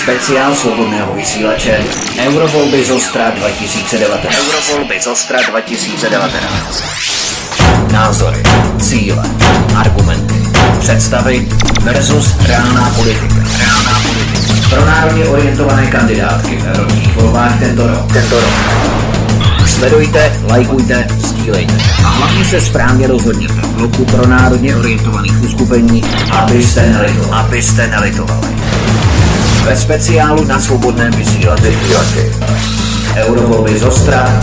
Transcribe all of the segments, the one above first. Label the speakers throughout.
Speaker 1: Speciál svobodného vysílače Eurovolby Zostra 2019. Eurovolby Zostra 2019. Názory, cíle, argumenty, představy versus reálná politika. Pro národně orientované kandidátky v evropských volbách tento rok. Sledujte, lajkujte, sdílejte a hlavně se správně rozhodněte v bloku pro národně orientovaných uskupení, abyste nelitovali. Ve speciálu na svobodném vysílači Eurovolby Zostra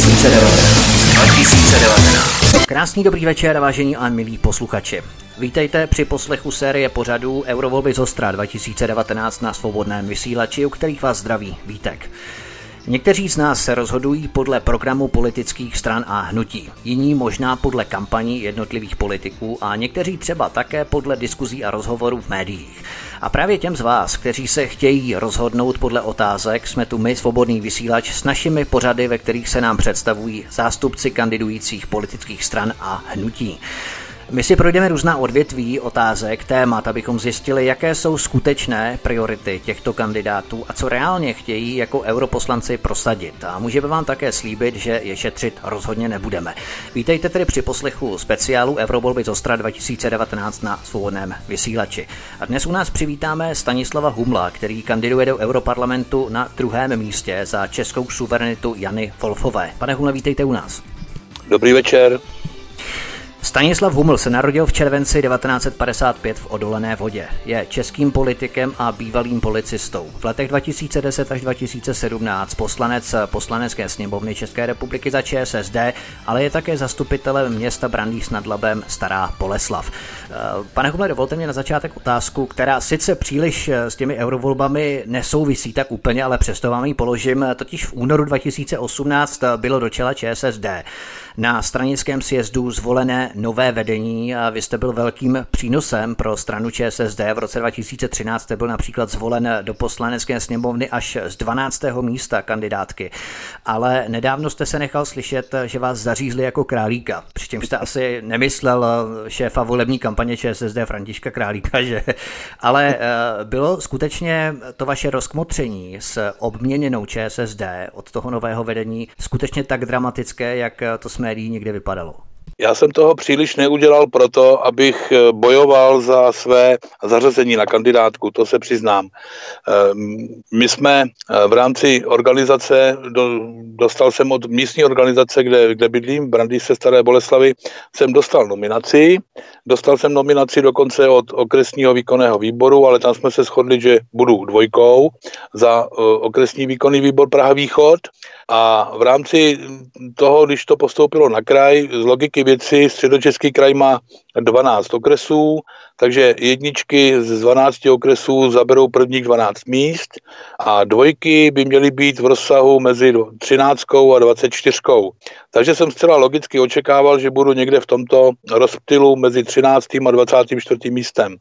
Speaker 1: 2019.
Speaker 2: Krásný dobrý večer, vážení a milí posluchači. Vítejte při poslechu série pořadů Eurovolby Zostra 2019 na svobodném vysílači, u kterých vás zdraví Vítek. Někteří z nás se rozhodují podle programu politických stran a hnutí, jiní možná podle kampaní jednotlivých politiků a někteří třeba také podle diskuzí a rozhovorů v médiích. A právě těm z vás, kteří se chtějí rozhodnout podle otázek, jsme tu my, svobodný vysílač, s našimi pořady, ve kterých se nám představují zástupci kandidujících politických stran a hnutí. My si projdeme různá odvětví otázek, témat, abychom zjistili, jaké jsou skutečné priority těchto kandidátů a co reálně chtějí jako europoslanci prosadit. A můžeme vám také slíbit, že je šetřit rozhodně nebudeme. Vítejte tedy při poslechu speciálu Eurovolby Zostra 2019 na svobodném vysílači. A dnes u nás přivítáme Stanislava Humla, který kandiduje do Europarlamentu na 2. místě za českou suverenitu Jany Volfové. Pane Humle, vítejte u nás.
Speaker 3: Dobrý večer.
Speaker 2: Stanislav Huml se narodil v červenci 1955 v Odolené Vodě. Je českým politikem a bývalým policistou. V letech 2010 až 2017 poslanec Poslanecké sněmovny České republiky za ČSSD, ale je také zastupitelem města Brandýs nad Labem Stará Boleslav. Pane Humle, dovolte mě na začátek otázku, která sice příliš s těmi eurovolbami nesouvisí tak úplně, ale přesto vám ji položím. Totiž v únoru 2018 bylo do čela ČSSD na stranickém sjezdu zvolené nové vedení a vy jste byl velkým přínosem pro stranu ČSSD. V roce 2013 jste byl například zvolen do Poslanecké sněmovny až z 12. místa kandidátky. Ale nedávno jste se nechal slyšet, že vás zařízli jako králíka. Přičemž jste asi nemyslel šéfa volební kampaně ČSSD Františka Králíka, že? Ale bylo skutečně to vaše rozkmotření s obměněnou ČSSD od toho nového vedení skutečně tak dramatické, jak to s médií někde vypadalo?
Speaker 3: Já jsem toho příliš neudělal proto, abych bojoval za své zařazení na kandidátku, to se přiznám. My jsme v rámci organizace, dostal jsem od místní organizace, kde bydlím, v Brandýse Staré Boleslavy, jsem dostal nominaci. Dostal jsem nominaci dokonce od okresního výkonného výboru, ale tam jsme se shodli, že budu dvojkou za okresní výkonný výbor Praha Východ. A v rámci toho, když to postoupilo na kraj, z logiky věci Středočeský kraj má 12 okresů, takže jedničky z 12 okresů zaberou prvních 12 míst a dvojky by měly být v rozsahu mezi 13 a 24. Takže jsem zcela logicky očekával, že budu někde v tomto rozptylu mezi 13. a 24. místem.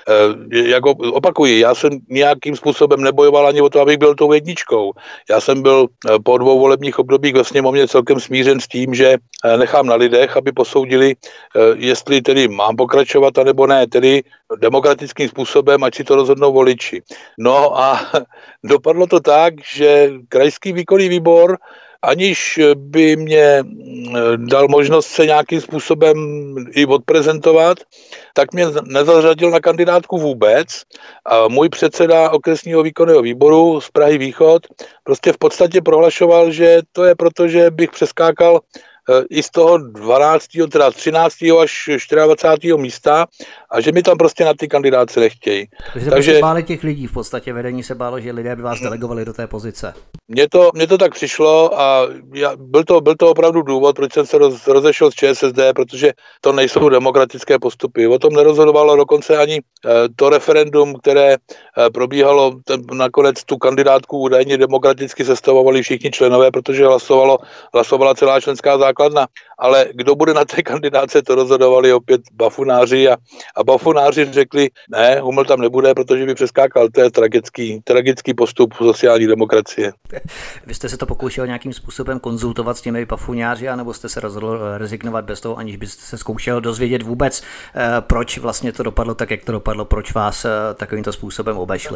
Speaker 3: Jako opakuji, já jsem nějakým způsobem nebojoval ani o to, abych byl tou jedničkou. Já jsem byl po 2 volebních obdobích ve sněmovně celkem smířen s tím, že nechám na lidech, aby posoudili, jestli tedy mám pokračovat, anebo ne, tedy demokratickým způsobem, ať si to rozhodnou voliči. No a dopadlo to tak, že krajský výkonný výbor, aniž by mě dal možnost se nějakým způsobem i odprezentovat, tak mě nezařadil na kandidátku vůbec. A můj předseda okresního výkonného výboru z Prahy Východ prostě v podstatě prohlašoval, že to je proto, že bych přeskákal i z toho 12., teda 13. až 24. místa a že mi tam prostě na ty kandidáce nechtějí.
Speaker 2: Takže se báli těch lidí, v podstatě vedení se bálo, že lidé by vás delegovali do té pozice.
Speaker 3: Mně to tak přišlo a byl to opravdu důvod, proč jsem se rozešel z ČSSD, protože to nejsou demokratické postupy. O tom nerozhodovalo dokonce ani to referendum, které probíhalo, nakonec tu kandidátku údajně demokraticky sestavovali všichni členové, protože hlasovala celá členská základna. Ale kdo bude na té kandidáce, to rozhodovali opět bafunáři a bafunáři řekli, ne, Huml tam nebude, protože by přeskákal. To je tragický postup sociální demokracie.
Speaker 2: Vy jste se to pokoušel nějakým způsobem konzultovat s těmi bafuňáři, anebo jste se rozhodl rezignovat bez toho, aniž byste se zkoušel dozvědět vůbec, proč vlastně to dopadlo tak, jak to dopadlo, proč vás takovýmto způsobem obešli?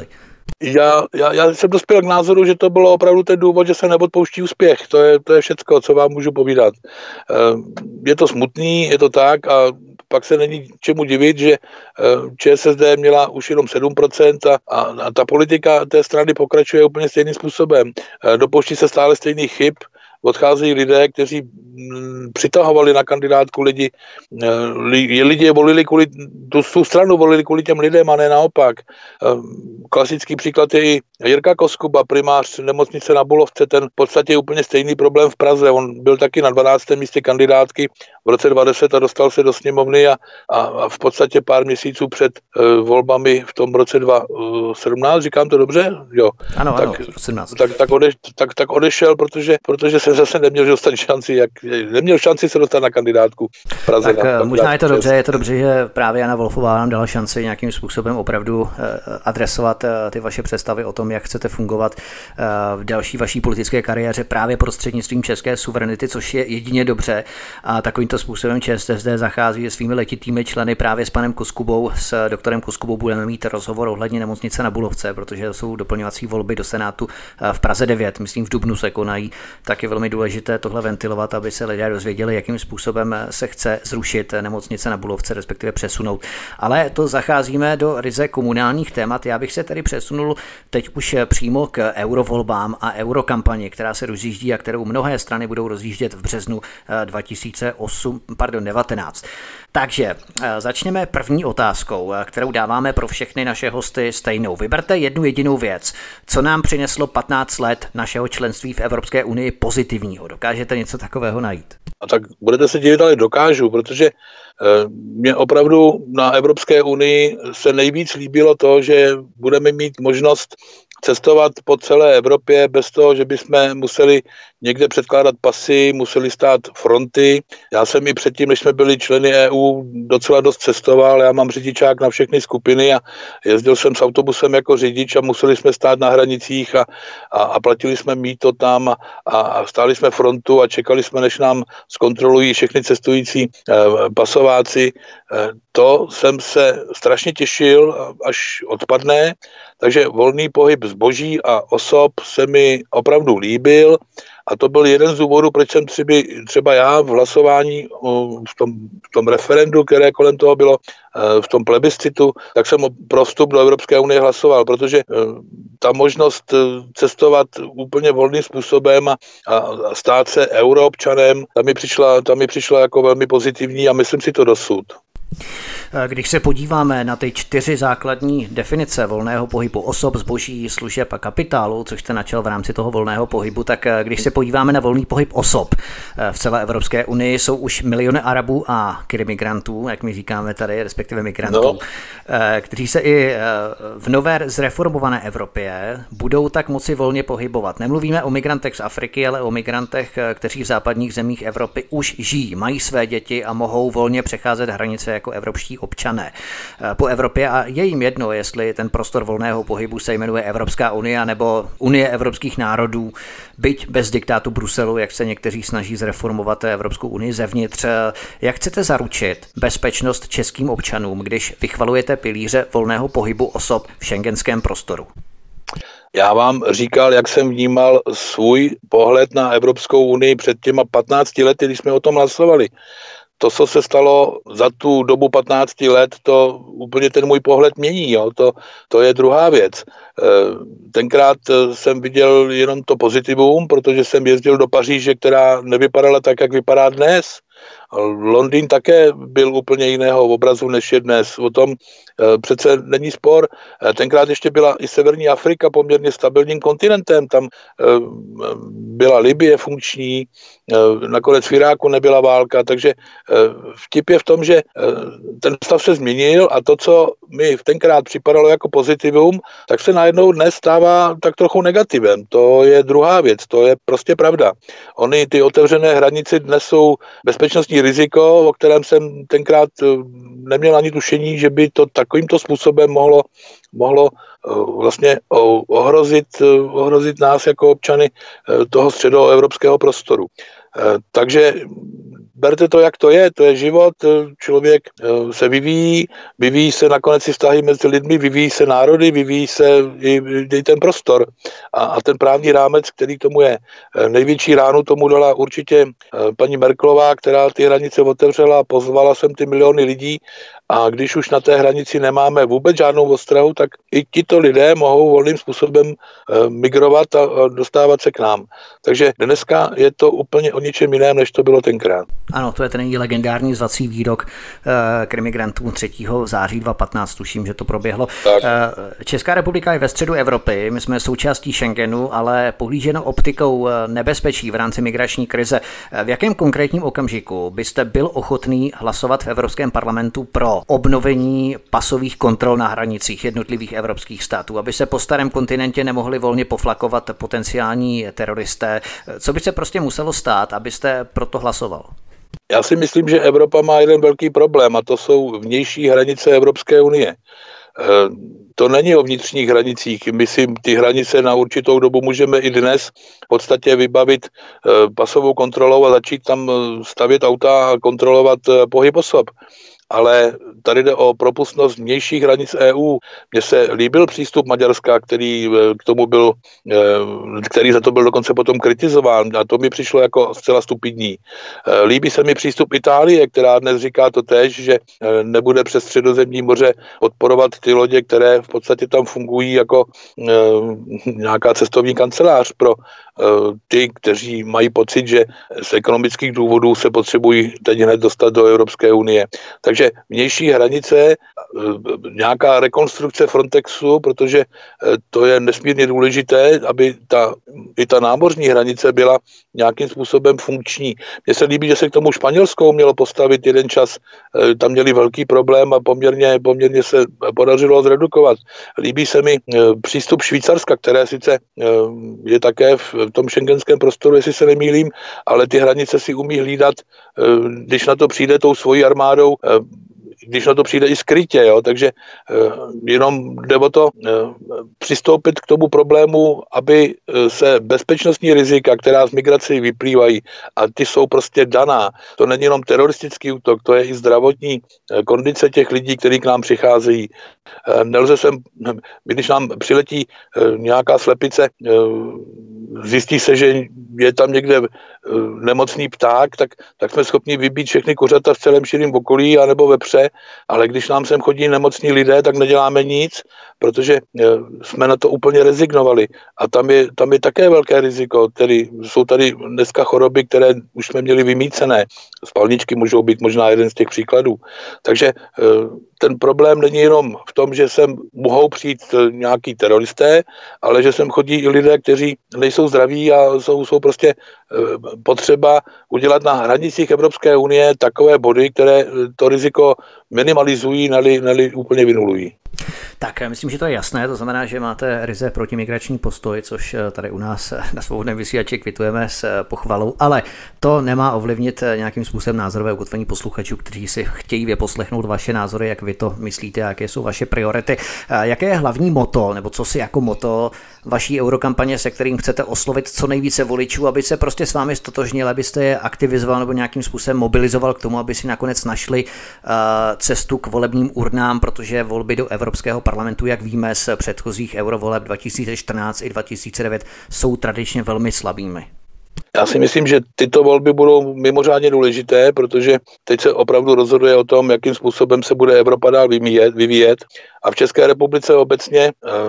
Speaker 3: Já jsem dospěl k názoru, že to bylo opravdu ten důvod, že se neodpouští úspěch. To je všecko, co vám můžu povídat. Je to smutný, je to tak a pak se není čemu divit, že ČSSD měla už jenom 7% a ta politika té strany pokračuje úplně stejným způsobem. Dopouští se stále stejných chyb, odcházejí lidé, kteří přitahovali na kandidátku lidi volili kvůli, tu stranu volili kvůli těm lidem a ne naopak. Klasický příklad je i Jirka Koskuba, primář nemocnice na Bulovce, ten v podstatě úplně stejný problém v Praze. On byl taky na 12. místě kandidátky v roce 2010 a dostal se do sněmovny a v podstatě pár měsíců před volbami v tom roce 2017, říkám to dobře? Jo.
Speaker 2: Ano, 17.
Speaker 3: Tak odešel, protože se zase neměl šanci se dostat na kandidátku v Praze.
Speaker 2: Tak možná je to dobře, že právě Jana Wolfová nám dala šanci nějakým způsobem opravdu adresovat ty vaše představy o tom, jak chcete fungovat v další vaší politické kariéře právě prostřednictvím české suverenity, což je jedině dobře. A takovýmto způsobem ČSSD zachází se svými letitými členy právě s panem Koskubou. S doktorem Koskubou budeme mít rozhovor ohledně nemocnice na Bulovce, protože jsou doplňovací volby do Senátu v Praze 9, myslím v dubnu se konají. Tak je velmi důležité tohle ventilovat, aby se lidé dozvěděli, jakým způsobem se chce zrušit nemocnice na Bulovce, respektive přesunout. Ale to zacházíme do ryze komunálních témat. Já bych se tedy přesunul teď už přímo k eurovolbám a eurokampani, která se rozjíždí a kterou mnohé strany budou rozjíždět v březnu 2019. Takže začněme první otázkou, kterou dáváme pro všechny naše hosty stejnou. Vyberte jednu jedinou věc, co nám přineslo 15 let našeho členství v Evropské unii pozitivního. Dokážete něco takového najít?
Speaker 3: A tak budete se divit, ale dokážu, protože mě opravdu na Evropské unii se nejvíc líbilo to, že budeme mít možnost cestovat po celé Evropě bez toho, že bychom museli někde předkládat pasy, museli stát fronty. Já jsem i předtím, než jsme byli členy EU, docela dost cestoval. Já mám řidičák na všechny skupiny a jezdil jsem s autobusem jako řidič a museli jsme stát na hranicích a platili jsme mýto tam a stáli jsme frontu a čekali jsme, než nám zkontrolují všechny cestující pasováci. To jsem se strašně těšil, až odpadne. Takže volný pohyb zboží a osob se mi opravdu líbil a to byl jeden z důvodů, proč jsem třeba já v hlasování v tom referendu, které kolem toho bylo, v tom plebiscitu, tak jsem pro vstup do Evropské unie hlasoval, protože ta možnost cestovat úplně volným způsobem a stát se euroobčanem, ta mi přišla jako velmi pozitivní a myslím si to dosud.
Speaker 2: Když se podíváme na ty 4 základní definice volného pohybu osob, zboží, služeb a kapitálu, což jste načal v rámci toho volného pohybu, tak když se podíváme na volný pohyb osob v celé Evropské unii, jsou už miliony Arabů a migrantů, jak my říkáme tady, respektive migrantů, kteří se i v nové zreformované Evropě budou tak moci volně pohybovat. Nemluvíme o migrantech z Afriky, ale o migrantech, kteří v západních zemích Evropy už žijí, mají své děti a mohou volně přecházet hranice jako evropští občané po Evropě a je jim jedno, jestli ten prostor volného pohybu se jmenuje Evropská unie nebo Unie evropských národů, byť bez diktátu Bruselu, jak se někteří snaží zreformovat Evropskou unii zevnitř. Jak chcete zaručit bezpečnost českým občanům, když vychvalujete pilíře volného pohybu osob v schengenském prostoru?
Speaker 3: Já vám říkal, jak jsem vnímal svůj pohled na Evropskou unii před těma 15 lety, když jsme o tom hlasovali. To, co se stalo za tu dobu 15 let, to úplně ten můj pohled mění. Jo? To je druhá věc. Tenkrát jsem viděl jenom to pozitivum, protože jsem jezdil do Paříže, která nevypadala tak, jak vypadá dnes. Londýn také byl úplně jiného obrazu, než je dnes. O tom přece není spor. Tenkrát ještě byla i severní Afrika poměrně stabilním kontinentem. Tam byla Libye funkční, nakonec v Iráku nebyla válka, takže vtip je v tom, že ten stav se změnil a to, co mi tenkrát připadalo jako pozitivum, tak se najednou dnes stává tak trochu negativem. To je druhá věc, to je prostě pravda. Ony ty otevřené hranice dnes jsou bezpečnostní riziko, o kterém jsem tenkrát neměl ani tušení, že by to takovýmto způsobem mohlo vlastně ohrozit nás jako občany toho středoevropského prostoru. Takže berte to, jak to je život, člověk se vyvíjí se nakonec i vztahy mezi lidmi, vyvíjí se národy, vyvíjí se i ten prostor a ten právní rámec, který tomu je. Největší ránu tomu dala určitě paní Merkelová, která ty hranice otevřela, pozvala sem ty miliony lidí a když už na té hranici nemáme vůbec žádnou ostrahu, tak i tito lidé mohou volným způsobem migrovat a dostávat se k nám. Takže dneska je to úplně o něčem jiném, než to bylo tenkrát.
Speaker 2: Ano, to je ten legendární zvací výrok k imigrantům 3. září 2015, tuším, že to proběhlo. Tak. Česká republika je ve středu Evropy, my jsme součástí Schengenu, ale pohlíženo optikou nebezpečí v rámci migrační krize. V jakém konkrétním okamžiku byste byl ochotný hlasovat v Evropském parlamentu pro obnovení pasových kontrol na hranicích jednotlivých evropských států, aby se po starém kontinentě nemohli volně poflakovat potenciální teroristé? Co by se prostě muselo stát, abyste proto hlasoval?
Speaker 3: Já si myslím, že Evropa má jeden velký problém a to jsou vnější hranice Evropské unie. To není o vnitřních hranicích. My si ty hranice na určitou dobu můžeme i dnes v podstatě vybavit pasovou kontrolou a začít tam stavět auta a kontrolovat pohyb osob. Ale tady jde o propustnost vnějších hranic EU. Mně se líbil přístup Maďarska, který za to byl dokonce potom kritizován a to mi přišlo jako zcela stupidní. Líbí se mi přístup Itálie, která dnes říká to též, že nebude přes Středozemní moře podporovat ty lodě, které v podstatě tam fungují jako nějaká cestovní kancelář pro ty, kteří mají pocit, že z ekonomických důvodů se potřebují teď hned dostat do Evropské unie. Takže vnější hranice, nějaká rekonstrukce Frontexu, protože to je nesmírně důležité, aby i ta námořní hranice byla nějakým způsobem funkční. Mně se líbí, že se k tomu Španělskou mělo postavit jeden čas, tam měli velký problém a poměrně se podařilo zredukovat. Líbí se mi přístup Švýcarska, které sice je také v tom schengenském prostoru, jestli se nemýlím, ale ty hranice si umí hlídat, když na to přijde tou svojí armádou, když na to přijde i skrytě, jo? Takže jenom jde o to přistoupit k tomu problému, aby se bezpečnostní rizika, která z migrací vyplývají, a ty jsou prostě daná. To není jenom teroristický útok, to je i zdravotní kondice těch lidí, kteří k nám přicházejí. Nelze sem, když nám přiletí nějaká slepice, zjistí se, že je tam někde nemocný pták, tak jsme schopni vybít všechny kuřata v celém širém okolí anebo vepře, ale když nám sem chodí nemocní lidé, tak neděláme nic, protože jsme na to úplně rezignovali. A tam je také velké riziko, tedy jsou tady dneska choroby, které už jsme měli vymýcené. Spalničky můžou být možná jeden z těch příkladů. Takže ten problém není jenom v tom, že sem mohou přijít nějaký teroristé, ale že sem chodí i lidé, kteří nejsou zdraví a jsou prostě potřeba udělat na hranicích Evropské unie takové body, které to riziko minimalizují, neli úplně vynulují.
Speaker 2: Tak, myslím, že to je jasné, to znamená, že máte ryze protimigrační postoj, což tady u nás na Svobodném vysílači kvitujeme s pochvalou, ale to nemá ovlivnit nějakým způsobem názorové ukotvení posluchačů, kteří si chtějí vyposlechnout vaše názory, jak vy to myslíte, jaké jsou vaše priority. Jaké je hlavní motto, nebo co si jako motto vaší eurokampaně, se kterým chcete oslovit co nejvíce voličů, aby se prostě s vámi stotožnili, abyste je aktivizoval nebo nějakým způsobem mobilizoval k tomu, aby si nakonec našli cestu k volebním urnám, protože volby do Evropského parlamentu, jak víme z předchozích eurovoleb 2014 i 2009, jsou tradičně velmi slabými.
Speaker 3: Já si myslím, že tyto volby budou mimořádně důležité, protože teď se opravdu rozhoduje o tom, jakým způsobem se bude Evropa dál vyvíjet. A v České republice obecně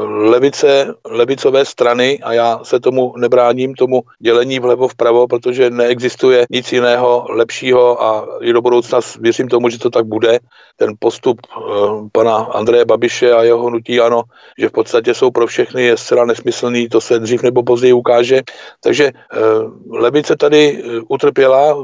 Speaker 3: levicové strany, a já se tomu nebráním, tomu dělení vlevo vpravo, protože neexistuje nic jiného lepšího a i do budoucna věřím tomu, že to tak bude. Ten postup pana Andreje Babiše a jeho hnutí ANO, že v podstatě jsou pro všechny, je zcela nesmyslný, to se dřív nebo později ukáže. Takže levice tady utrpěla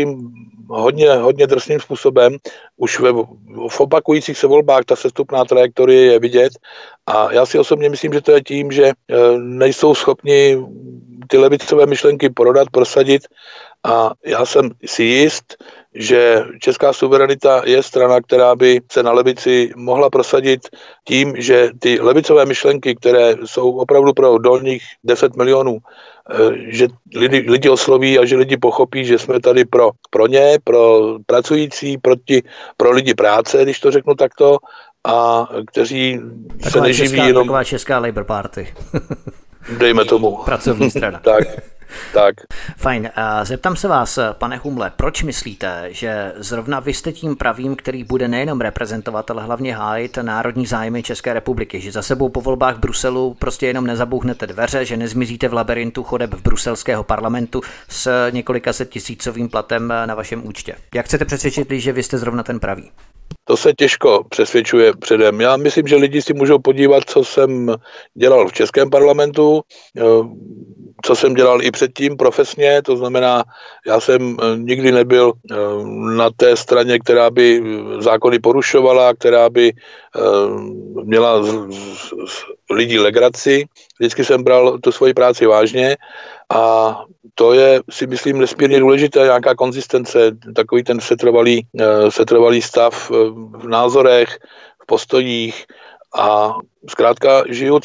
Speaker 3: hodně drsným způsobem. Už v opakujících se volbách ta sestupná trajektorie je vidět a já si osobně myslím, že to je tím, že nejsou schopni ty levicové myšlenky prodat, prosadit a já jsem si jist, že Česká suverenita je strana, která by se na levici mohla prosadit tím, že ty levicové myšlenky, které jsou opravdu pro dolních 10 milionů, že lidi osloví a že lidi pochopí, že jsme tady pro ně, pro pracující, pro lidi práce, když to řeknu takto, a kteří se neživí jenom...
Speaker 2: Taková česká Labour Party.
Speaker 3: Dejme tomu.
Speaker 2: Pracovní strana.
Speaker 3: Tak.
Speaker 2: Fajn. Zeptám se vás, pane Humle, proč myslíte, že zrovna vy jste tím pravým, který bude nejenom reprezentovat, ale hlavně hájit národní zájmy České republiky, že za sebou po volbách v Bruselu prostě jenom nezabouchnete dveře, že nezmizíte v labirintu chodeb v bruselského parlamentu s několika set tisícovým platem na vašem účtě? Jak chcete přesvědčit, že vy jste zrovna ten pravý?
Speaker 3: To se těžko přesvědčuje předem. Já myslím, že lidi si můžou podívat, co jsem dělal v Českém parlamentu, co jsem dělal i předtím profesně, to znamená, já jsem nikdy nebyl na té straně, která by zákony porušovala, která by měla lidí legraci. Vždycky jsem bral tu svoji práci vážně a to je, si myslím, nesmírně důležité, nějaká konzistence, takový ten setrvalý stav v názorech, v postojích a zkrátka žiju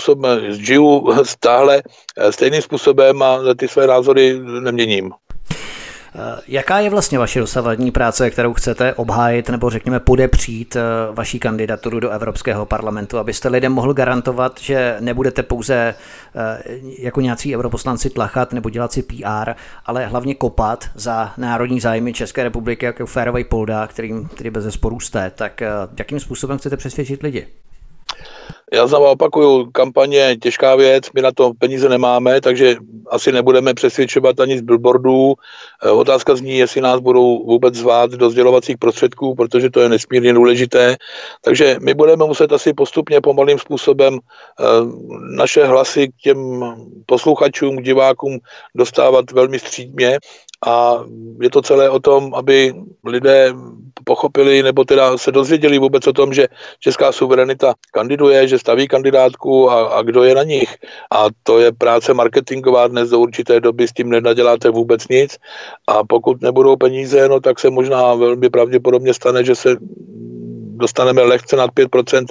Speaker 3: stále stejným způsobem a ty své názory neměním.
Speaker 2: Jaká je vlastně vaše dosavadní práce, kterou chcete obhájit nebo řekněme podepřít vaší kandidaturu do Evropského parlamentu, abyste lidem mohl garantovat, že nebudete pouze jako nějací europoslanci tlachat nebo dělat si PR, ale hlavně kopat za národní zájmy České republiky jako férovej poldák, který bezesporu jste, tak jakým způsobem chcete přesvědčit lidi?
Speaker 3: Já znovu opakuju, kampaně je těžká věc, my na to peníze nemáme, takže asi nebudeme přesvědčovat ani z billboardů. Otázka zní, jestli nás budou vůbec zvát do sdělovacích prostředků, protože to je nesmírně důležité. Takže my budeme muset asi postupně pomalým způsobem naše hlasy k těm posluchačům, k divákům dostávat velmi střídmě. A je to celé o tom, aby lidé pochopili nebo teda se dozvěděli vůbec o tom, že Česká suverenita kandiduje, že staví kandidátku a kdo je na nich. A to je práce marketingová dnes do určité doby, s tím nenaděláte vůbec nic. A pokud nebudou peníze, no tak se možná velmi pravděpodobně stane, že se dostaneme lehce nad 5%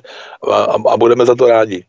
Speaker 3: a budeme za to rádi.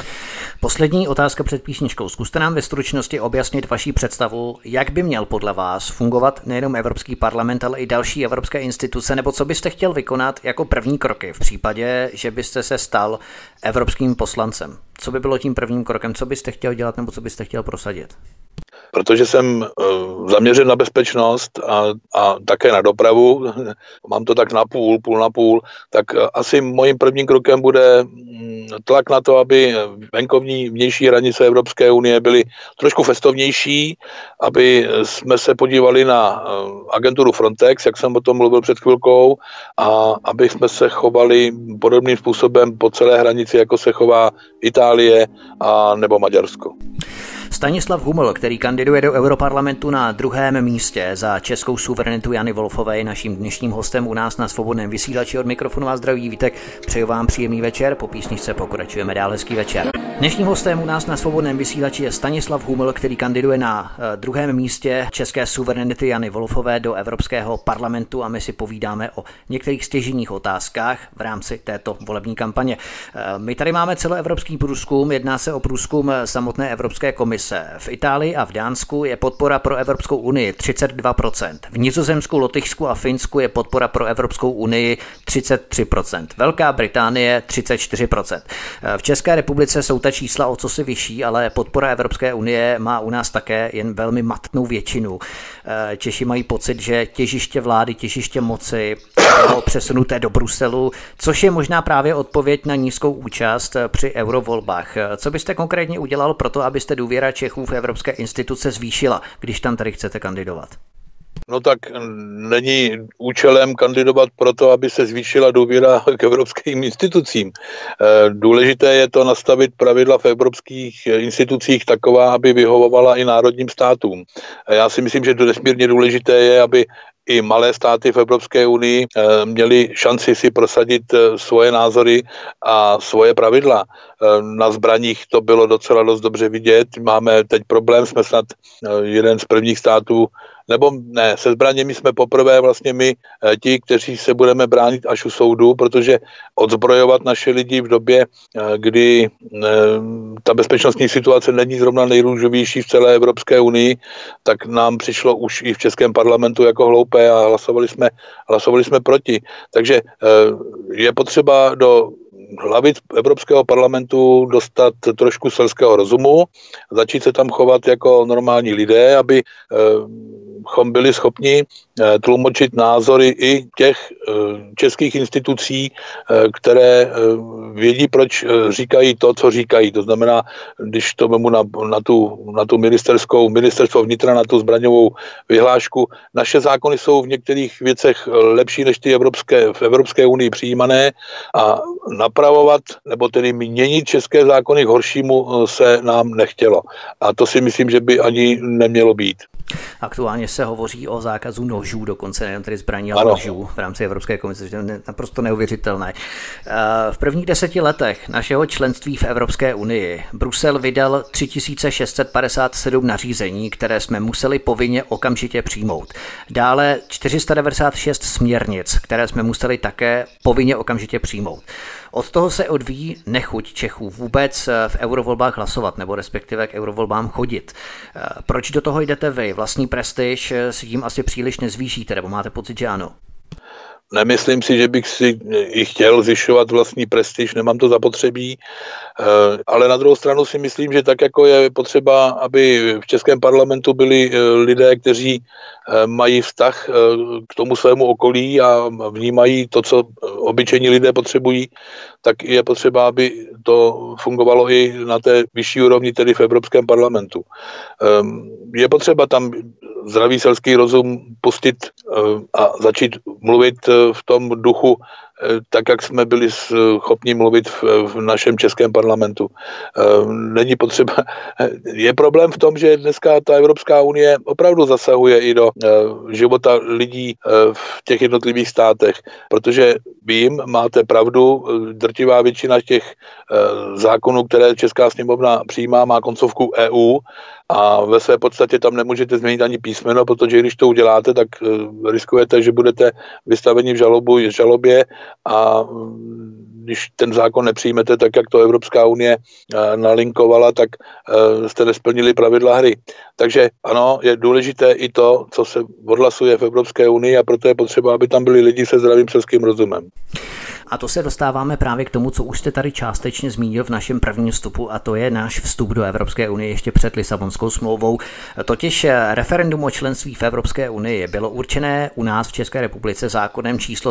Speaker 2: Poslední otázka před písničkou. Zkuste nám ve stručnosti objasnit vaši představu, jak by měl podle vás fungovat nejenom Evropský parlament, ale i další evropské instituce, nebo co byste chtěl vykonat jako první kroky v případě, že byste se stal evropským poslancem. Co by bylo tím prvním krokem, co byste chtěl dělat nebo co byste chtěl prosadit?
Speaker 3: Protože jsem zaměřen na bezpečnost a také na dopravu, mám to tak půl na půl, tak asi mojím prvním krokem bude tlak na to, aby venkovní vnější hranice Evropské unie byly trošku festovnější, aby jsme se podívali na agenturu Frontex, jak jsem o tom mluvil před chvilkou, a aby jsme se chovali podobným způsobem po celé hranici, jako se chová Itálie a nebo Maďarsko.
Speaker 2: Stanislav Huml, který kandiduje do Europarlamentu na 2. místě za českou suverenitu Jany Wolfové, naším dnešním hostem u nás na Svobodném vysílači. Od mikrofonu vás zdraví Vítek, přeju vám příjemný večer, po písničce pokračujeme dál, hezký večer. Dnešním hostem u nás na Svobodném vysílači je Stanislav Huml, který kandiduje na 2. místě české suverenity Jany Wolfové do Evropského parlamentu a my si povídáme o některých stěžejních otázkách v rámci této volební kampaně. My tady máme celoevropský průzkum, jedná se o průzkum samotné Evropské komise. V Itálii a v Dánsku je podpora pro Evropskou unii 32%. V Nizozemsku, Lotyšsku a Finsku je podpora pro Evropskou unii 33%. Velká Británie 34%. V České republice jsou ta čísla o cosi vyšší, ale podpora Evropské unie má u nás také jen velmi matnou většinu. Češi mají pocit, že těžiště vlády, těžiště moci bylo přesunuté do Bruselu, což je možná právě odpověď na nízkou účast při eurovolbách. Co byste konkrétně udělal pro to, abyste důvěra Čechů v evropské instituce zvýšila, když tam tady chcete kandidovat?
Speaker 3: No tak není účelem kandidovat proto, aby se zvýšila důvěra k evropským institucím. Důležité je to nastavit pravidla v evropských institucích taková, aby vyhovovala i národním státům. Já si myslím, že nesmírně důležité je, aby i malé státy v Evropské unii měly šanci si prosadit svoje názory a svoje pravidla. Na zbraních to bylo docela dost dobře vidět. Máme teď problém, jsme snad jeden z prvních států, nebo ne, se zbraněmi jsme poprvé vlastně my ti, kteří se budeme bránit až u soudu, protože odzbrojovat naše lidi v době, kdy ta bezpečnostní situace není zrovna nejrůžovější v celé Evropské unii, tak nám přišlo už i v Českém parlamentu jako hloupé a hlasovali jsme proti. Takže je potřeba do hlavy Evropského parlamentu dostat trošku selského rozumu, začít se tam chovat jako normální lidé, abychom byli schopni tlumočit názory i těch českých institucí, které vědí, proč říkají to, co říkají. To znamená, když to vemu na tu ministerstvo vnitra, na tu zbraňovou vyhlášku, naše zákony jsou v některých věcech lepší než ty v Evropské unii přijímané a napravovat, nebo tedy měnit české zákony k horšímu se nám nechtělo. A to si myslím, že by ani nemělo být.
Speaker 2: Aktuálně se hovoří o zákazu nožů, dokonce nejen tedy zbraní, ale nožů v rámci Evropské komise, to je naprosto neuvěřitelné. V prvních 10 letech našeho členství v Evropské unii Brusel vydal 3657 nařízení, které jsme museli povinně okamžitě přijmout. Dále 496 směrnic, které jsme museli také povinně okamžitě přijmout. Od toho se odvíjí nechuť Čechů vůbec v eurovolbách hlasovat, nebo respektive k eurovolbám chodit. Proč do toho jdete vy? Vlastní prestiž si tím asi příliš nezvýšíte, nebo máte pocit, že ano?
Speaker 3: Nemyslím si, že bych si i chtěl zvyšovat vlastní prestiž, nemám to zapotřebí, ale na druhou stranu si myslím, že tak jako je potřeba, aby v Českém parlamentu byli lidé, kteří mají vztah k tomu svému okolí a vnímají to, co obyčejní lidé potřebují, tak je potřeba, aby to fungovalo i na té vyšší úrovni, tedy v Evropském parlamentu. Je potřeba tam zdravý selský rozum pustit a začít mluvit v tom duchu, tak, jak jsme byli schopni mluvit v našem českém parlamentu. Není potřeba. Je problém v tom, že dneska ta Evropská unie opravdu zasahuje i do života lidí v těch jednotlivých státech, protože vím, máte pravdu, drtivá většina těch zákonů, které Česká sněmovna přijímá, má koncovku EU a ve své podstatě tam nemůžete změnit ani písmeno, protože když to uděláte, tak riskujete, že budete vystaveni v žalobě a když ten zákon nepřijmete tak, jak to Evropská unie nalinkovala, tak jste nesplnili pravidla hry. Takže ano, je důležité i to, co se odhlasuje v Evropské unii a proto je potřeba, aby tam byli lidi se zdravým selským rozumem.
Speaker 2: A to se dostáváme právě k tomu, co už jste tady částečně zmínil v našem prvním vstupu, a to je náš vstup do Evropské unie ještě před Lisabonskou smlouvou. Totiž referendum o členství v Evropské unii bylo určené u nás v České republice zákonem číslo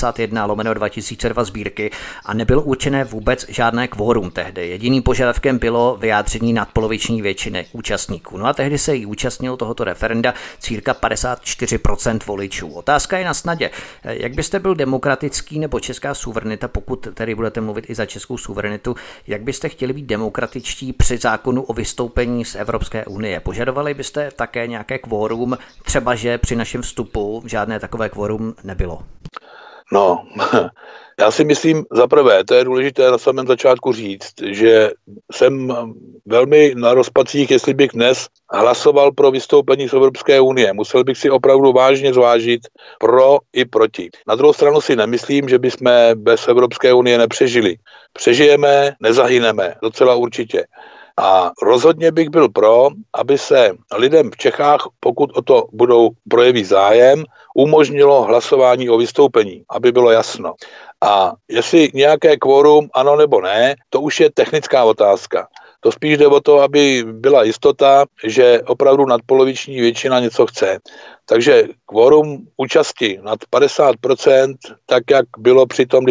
Speaker 2: 151/2002 Sbírky a nebylo určené vůbec žádné kvórum tehdy. Jediným požadavkem bylo vyjádření nadpoloviční většiny účastníků. No a tehdy se jí účastnilo tohoto referenda cirka 54% voličů. Otázka je na snadě. Jak byste byl demokratický nebo česká suverenita, pokud tedy budete mluvit i za českou suverenitu, jak byste chtěli být demokratičtí při zákonu o vystoupení z Evropské unie? Požadovali byste také nějaké kvórum, třeba že při našem vstupu žádné takové kvórum nebylo?
Speaker 3: No, já si myslím, za prvé, to je důležité na samém začátku říct, že jsem velmi na rozpacích, jestli bych dnes hlasoval pro vystoupení z Evropské unie. Musel bych si opravdu vážně zvážit pro i proti. Na druhou stranu si nemyslím, že bychom bez Evropské unie nepřežili. Přežijeme, nezahyneme, docela určitě. A rozhodně bych byl pro, aby se lidem v Čechách, pokud o to budou projeví zájem, umožnilo hlasování o vystoupení, aby bylo jasno. A jestli nějaké kvórum ano nebo ne, to už je technická otázka. To spíš jde o to, aby byla jistota, že opravdu nadpoloviční většina něco chce. Takže kvórum účasti nad 50%, tak jak bylo při tom,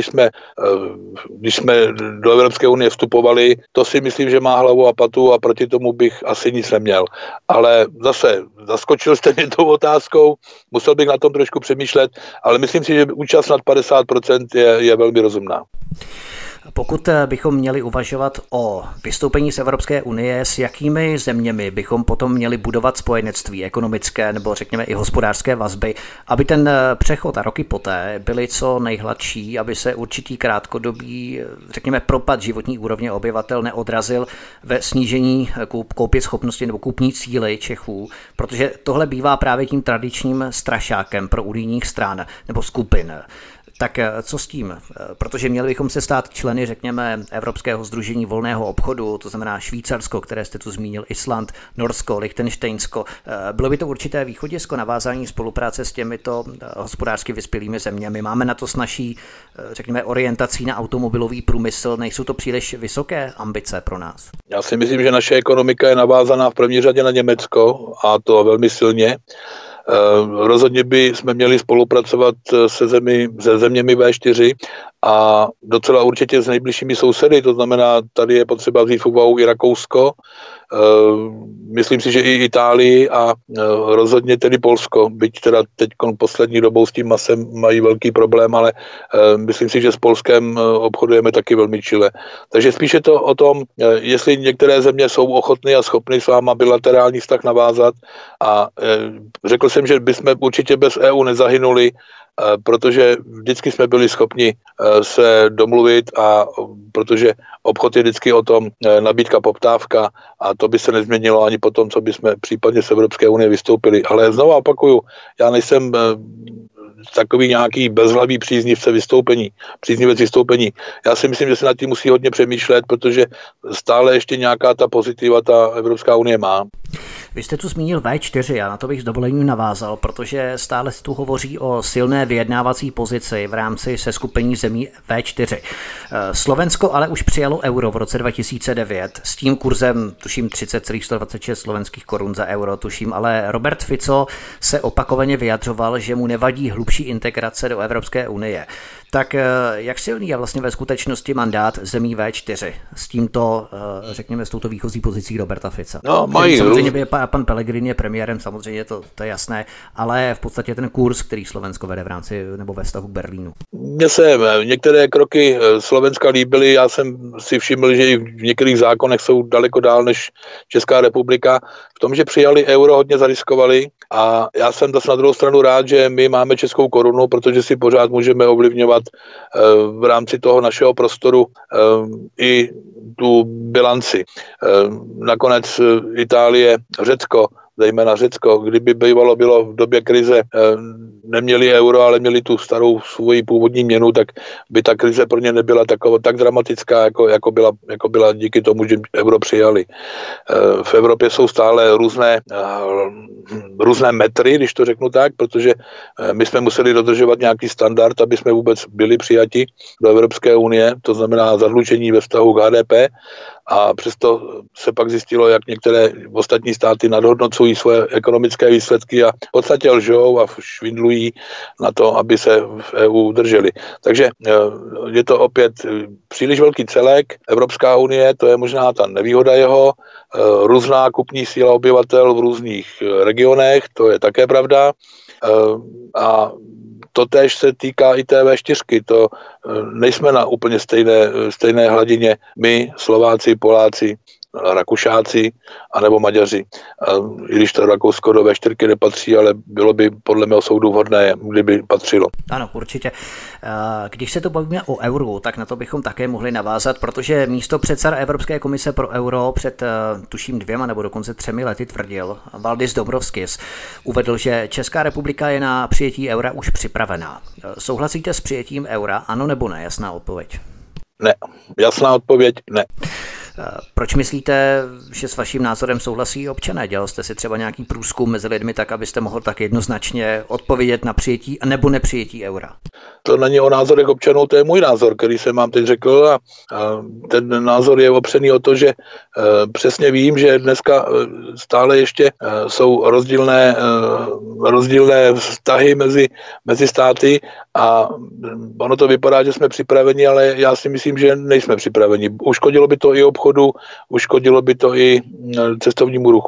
Speaker 3: když jsme do Evropské unie vstupovali, to si myslím, že má hlavu a patu a proti tomu bych asi nic neměl. Ale zase, zaskočil jste mě tou otázkou, musel bych na tom trošku přemýšlet, ale myslím si, že účast nad 50% je velmi rozumná.
Speaker 2: Pokud bychom měli uvažovat o vystoupení z Evropské unie, s jakými zeměmi bychom potom měli budovat spojenectví ekonomické nebo řekněme i hospodářské vazby, aby ten přechod a roky poté byly co nejhladší, aby se určitý krátkodobý, řekněme, propad životní úrovně obyvatel neodrazil ve snížení koupěschopnosti nebo kupní síly Čechů, protože tohle bývá právě tím tradičním strašákem pro unijních stran nebo skupin. Tak co s tím? Protože měli bychom se stát členy, řekněme, Evropského sdružení volného obchodu, to znamená Švýcarsko, které jste tu zmínil, Island, Norsko, Lichtenštejnsko. Bylo by to určité východisko navázání spolupráce s těmito hospodářsky vyspělými zeměmi. Máme na to s naší, řekněme, orientací na automobilový průmysl. Nejsou to příliš vysoké ambice pro nás? Já
Speaker 3: si myslím, že naše ekonomika je navázaná v první řadě na Německo, a to velmi silně. Rozhodně by jsme měli spolupracovat se zeměmi V4 a docela určitě s nejbližšími sousedy, to znamená, tady je potřeba vzít v úvahu i Rakousko, myslím si, že i Itálii a rozhodně tedy Polsko, byť teda teď poslední dobou s tím masem mají velký problém, ale myslím si, že s Polskem obchodujeme taky velmi čile. Takže spíše to o tom, jestli některé země jsou ochotny a schopny s váma bilaterální vztah navázat a řekl jsem, že bychom určitě bez EU nezahynuli, protože vždycky jsme byli schopni se domluvit a protože obchod je vždycky o tom nabídka, poptávka a to by se nezměnilo ani po tom, co by jsme případně z Evropské unie vystoupili. Ale znovu opakuju, já nejsem takový nějaký bezhlavý příznivec vystoupení. Já si myslím, že se nad tím musí hodně přemýšlet, protože stále ještě nějaká ta pozitiva ta Evropská unie má.
Speaker 2: Vy jste tu zmínil V4, já na to bych s dovolením navázal, protože stále se tu hovoří o silné vyjednávací pozici v rámci seskupení zemí V4. Slovensko ale už přijalo euro v roce 2009 s tím kurzem, tuším 30,126 slovenských korun za euro, tuším, ale Robert Fico se opakovaně vyjadřoval, že mu nevadí hlubší integrace do Evropské unie. Tak jak silný je vlastně ve skutečnosti mandát zemí V4 s tímto, řekněme, s touto výchozí pozicí Roberta Fica?
Speaker 3: No, mají.
Speaker 2: Samozřejmě pan Pellegrini je premiérem, samozřejmě to je jasné, ale v podstatě ten kurz, který Slovensko vede v rámci nebo ve vztahu k Berlínu.
Speaker 3: Mně se některé kroky Slovenska líbily, já jsem si všiml, že i v některých zákonech jsou daleko dál než Česká republika. V tom, že přijali euro, hodně zariskovali a já jsem zase na druhou stranu rád, že my máme českou korunu, protože si pořád můžeme ovlivňovat v rámci toho našeho prostoru i tu bilanci. Nakonec Itálie, Řecko, zejména Řecko, kdyby bývalo bylo v době krize, neměli euro, ale měli tu starou svoji původní měnu, tak by ta krize pro ně nebyla tak dramatická, jako byla díky tomu, že euro přijali. V Evropě jsou stále různé metry, když to řeknu tak, protože my jsme museli dodržovat nějaký standard, aby jsme vůbec byli přijati do Evropské unie, to znamená zadlužení ve vztahu k HDP, a přesto se pak zjistilo, jak některé ostatní státy nadhodnocují své ekonomické výsledky a v podstatě lžou a švindlují na to, aby se v EU udrželi. Takže je to opět příliš velký celek. Evropská unie, to je možná ta nevýhoda jeho, různá kupní síla obyvatel v různých regionech, to je také pravda. A to též se týká i té V4. To nejsme na úplně stejné hladině my, Slováci, Poláci, Rakušáci anebo Maďaři. I když to Rakousko do V4 nepatří, ale bylo by podle mého soudu vhodné, kdyby patřilo.
Speaker 2: Ano, určitě. Když se to bavíme o euru, tak na to bychom také mohli navázat, protože místopředseda Evropské komise pro euro před tuším 2 nebo dokonce 3 lety tvrdil, Valdis Dombrovskis, uvedl, že Česká republika je na přijetí eura už připravená. Souhlasíte s přijetím eura, ano nebo ne? Jasná odpověď.
Speaker 3: Ne. Jasná odpověď ne.
Speaker 2: Proč myslíte, že s vaším názorem souhlasí občané? Dělal jste si třeba nějaký průzkum mezi lidmi tak, abyste mohl tak jednoznačně odpovědět na přijetí nebo nepřijetí eura?
Speaker 3: To není o názorech občanů, to je můj názor, který jsem vám teď řekl a ten názor je opřený o to, že přesně vím, že dneska stále ještě jsou rozdílné vztahy mezi státy a ono to vypadá, že jsme připraveni, ale já si myslím, že nejsme připraveni. Uškodilo by to i obchodu, uškodilo by to i cestovnímu ruchu.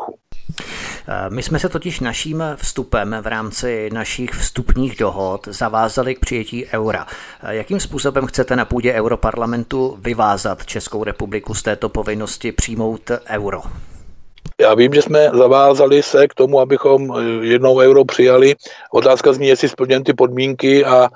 Speaker 2: My jsme se totiž naším vstupem v rámci našich vstupních dohod zavázali k přijetí eura. Jakým způsobem chcete na půdě Europarlamentu vyvázat Českou republiku z této povinnosti přijmout euro?
Speaker 3: Já vím, že jsme zavázali se k tomu, abychom jednou euro přijali. Otázka zní, jestli splněn ty podmínky a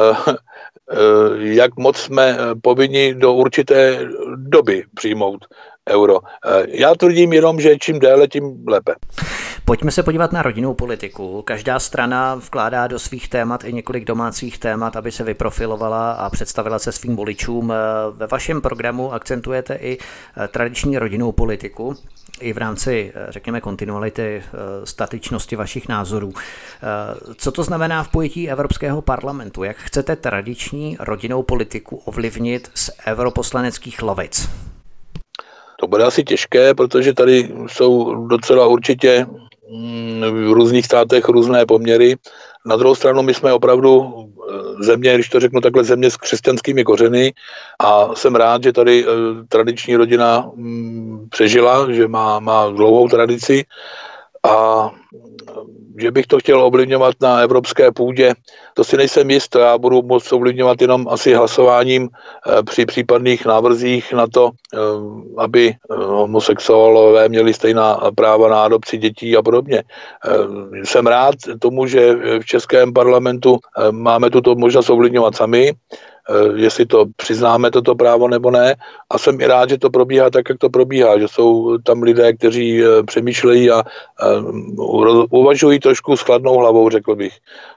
Speaker 3: jak moc jsme povinni do určité doby přijmout euro. Já tvrdím jenom, že čím déle, tím lépe.
Speaker 2: Pojďme se podívat na rodinnou politiku. Každá strana vkládá do svých témat i několik domácích témat, aby se vyprofilovala a představila se svým voličům. Ve vašem programu akcentujete i tradiční rodinnou politiku, i v rámci, řekněme, kontinuality, statičnosti vašich názorů. Co to znamená v pojetí Evropského parlamentu? Jak chcete tradiční rodinnou politiku ovlivnit z europoslaneckých lavic?
Speaker 3: To bude asi těžké, protože tady jsou docela určitě v různých státech různé poměry. Na druhou stranu my jsme opravdu země, když to řeknu takhle, země s křesťanskými kořeny a jsem rád, že tady tradiční rodina přežila, že má dlouhou tradici a že bych to chtěl ovlivňovat na evropské půdě, to si nejsem jist, já budu moct ovlivňovat jenom asi hlasováním při případných návrzích na to, aby homosexuálové měli stejná práva na adopci dětí a podobně. Jsem rád tomu, že v českém parlamentu máme tuto možnost ovlivňovat sami, jestli to přiznáme toto právo nebo ne. A jsem i rád, že to probíhá tak, jak to probíhá, že jsou tam lidé, kteří přemýšlejí a uvažují trošku s chladnou hlavou, řekl bych.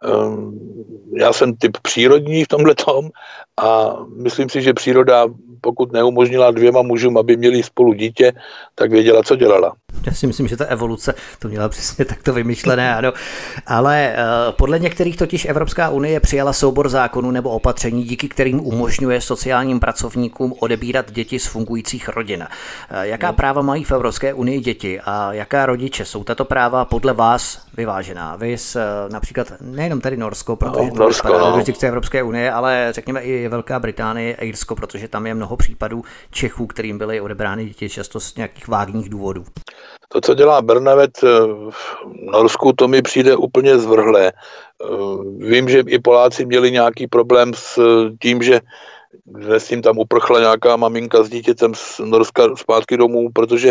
Speaker 3: Já jsem typ přírodní v tomhletom a myslím si, že příroda, pokud neumožnila dvěma mužům, aby měli spolu dítě, tak věděla, co dělala.
Speaker 2: Já si myslím, že ta evoluce to měla přesně takto vymyšlené, ano. Ale podle některých totiž Evropská unie přijala soubor zákonů nebo opatření, díky kterým umožňuje sociálním pracovníkům odebírat děti z fungujících rodin. Jaká práva mají v Evropské unii děti a jaká rodiče? Jsou tato práva podle vás vyvážená? Vy například nejenom tady Norsko, protože to spadá do jurisdikce Evropské unie, ale řekněme i Velká Británie, Irsko, protože tam je mnoho případů Čechů, kterým byly odebrány děti často z nějakých vágních důvodů.
Speaker 3: To, co dělá Bernadette v Norsku, to mi přijde úplně zvrhlé. Vím, že i Poláci měli nějaký problém s tím, že s tím tam uprchla nějaká maminka s dítětem z Norska zpátky domů, protože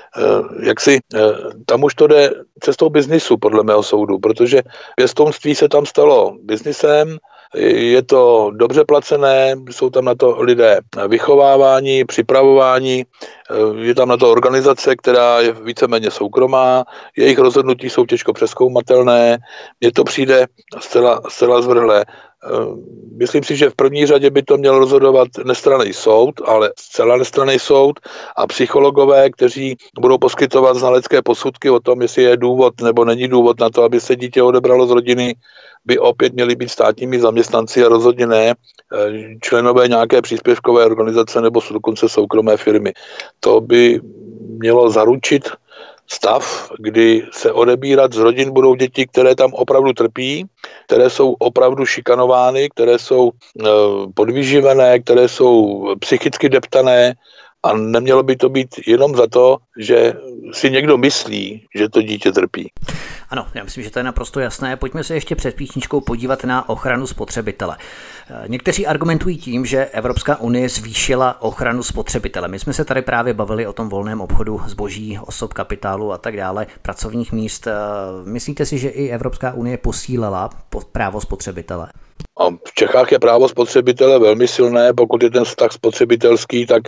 Speaker 3: tam už to jde cestou biznisu, podle mého soudu, protože pěstounství se tam stalo biznisem, je to dobře placené, jsou tam na to lidé vychovávání, připravování, je tam na to organizace, která je víceméně soukromá, jejich rozhodnutí jsou těžko přezkoumatelné, mně to přijde zcela zvrhlé. Myslím si, že v první řadě by to měl rozhodovat nestranný soud, ale zcela nestranný soud a psychologové, kteří budou poskytovat znalecké posudky o tom, jestli je důvod nebo není důvod na to, aby se dítě odebralo z rodiny, by opět měli být státními zaměstnanci a rozhodně ne členové nějaké příspěvkové organizace nebo dokonce soukromé firmy. To by mělo zaručit stav, kdy se odebírat z rodin budou děti, které tam opravdu trpí, které jsou opravdu šikanovány, které jsou podvyživené, které jsou psychicky deptané a nemělo by to být jenom za to, že si někdo myslí, že to dítě trpí.
Speaker 2: Ano, já myslím, že to je naprosto jasné. Pojďme se ještě před písničkou podívat na ochranu spotřebitele. Někteří argumentují tím, že Evropská unie zvýšila ochranu spotřebitele. My jsme se tady právě bavili o tom volném obchodu zboží, osob, kapitálu a tak dále, pracovních míst. Myslíte si, že i Evropská unie posílila právo spotřebitele?
Speaker 3: A v Čechách je právo spotřebitele velmi silné, pokud je ten vztah spotřebitelský, tak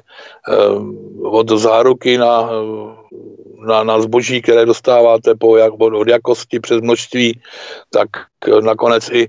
Speaker 3: od záruky na zboží, které dostáváte od jakosti přes množství, tak nakonec i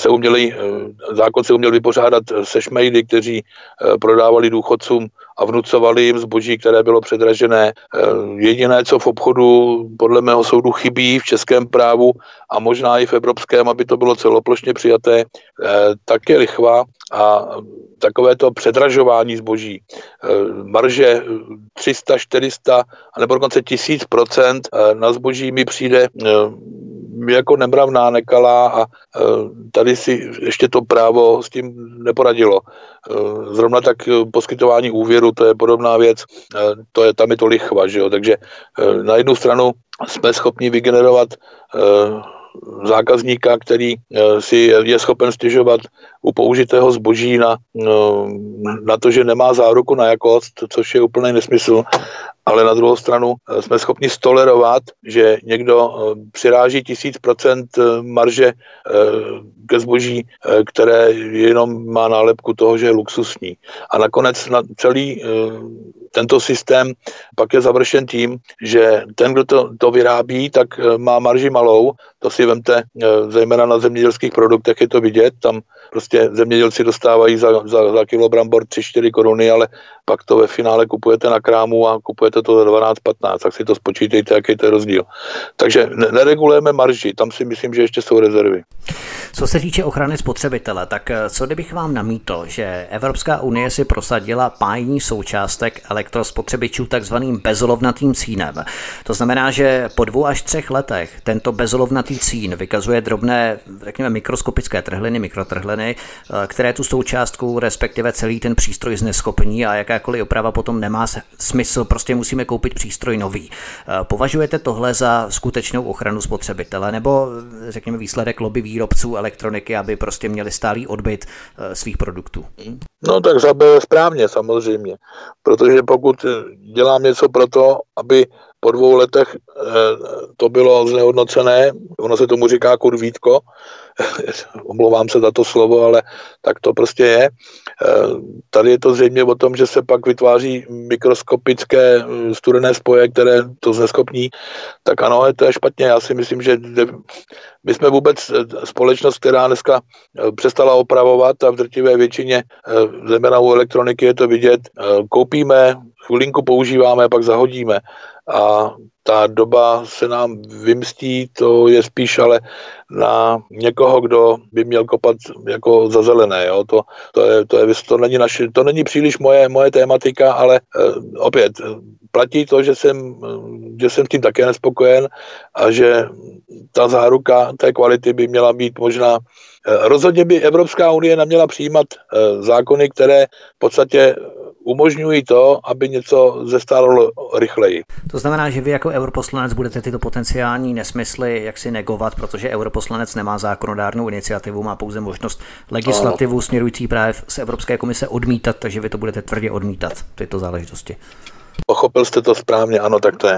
Speaker 3: zákon se uměl vypořádat se šmejdy, kteří prodávali důchodcům a vnucovali jim zboží, které bylo předražené. Jediné, co v obchodu podle mého soudu chybí v českém právu a možná i v evropském, aby to bylo celoplošně přijaté, tak je lichva a takovéto předražování zboží. Marže 300, 400 a nebo dokonce 1000% na zboží mi přijde jako nemravná, nekalá a tady si ještě to právo s tím neporadilo. Zrovna tak poskytování úvěru, to je podobná věc, tam je to lichva, že jo? Takže na jednu stranu jsme schopni vygenerovat zákazníka, který si je schopen stěžovat u použitého zboží na to, že nemá záruku na jakost, což je úplný nesmysl, ale na druhou stranu jsme schopni stolerovat, že někdo přiráží 1000% marže ke zboží, které jenom má nálepku toho, že je luxusní. A nakonec na celý tento systém pak je završen tím, že ten, kdo to vyrábí, tak má marži malou. To si vemte, zejména na zemědělských produktech je to vidět. Tam prostě zemědělci dostávají za kilo brambor 3-4 koruny, ale pak to ve finále kupujete na krámu a kupujete to za 12-15, tak si to spočítejte, jaký to je rozdíl. Takže neregulujeme marži, tam si myslím, že ještě jsou rezervy.
Speaker 2: Co se týče ochrany spotřebitele, tak co kdybych vám namítl, že Evropská unie si prosadila pájení součástek elektrospotřebičů takzvaným bezolovnatým cínem. To znamená, že po 2 až 3 letech tento bezolovnatý cín vykazuje drobné, řekněme, mikroskopické trhliny, mikrotrhliny, které tu součástku, respektive celý ten přístroj zneschopní a jakákoliv oprava potom nemá smysl, prostě musíme koupit přístroj nový. Považujete tohle za skutečnou ochranu spotřebitele nebo, řekněme, výsledek lobby výrobců elektroniky, aby prostě měli stálý odbyt svých produktů?
Speaker 3: No tak správně samozřejmě, protože pokud dělám něco pro to, aby po 2 letech to bylo znehodnocené, ono se tomu říká kurvítko, omlouvám se za to slovo, ale tak to prostě je. Tady je to zřejmě o tom, že se pak vytváří mikroskopické studené spoje, které to zneschopní, tak ano, to je špatně. Já si myslím, že my jsme vůbec společnost, která dneska přestala opravovat a v drtivé většině, zejména u elektroniky je to vidět, koupíme, chvilinku používáme, pak zahodíme. A ta doba se nám vymstí, to je spíš ale na někoho, kdo by měl kopat jako za zelené. Jo? To není příliš moje tématika, ale opět platí to, že jsem s tím také nespokojen a že ta záruka té kvality by měla být možná. Rozhodně by Evropská unie neměla přijímat zákony, které v podstatě umožňují to, aby něco zestárlo rychleji.
Speaker 2: To znamená, že vy jako europoslanec budete tyto potenciální nesmysly jaksi negovat, protože europoslanec nemá zákonodárnou iniciativu, má pouze možnost legislativu směrující právě z Evropské komise odmítat, takže vy to budete tvrdě odmítat, tyto záležitosti.
Speaker 3: Pochopil jste to správně, ano, tak to je.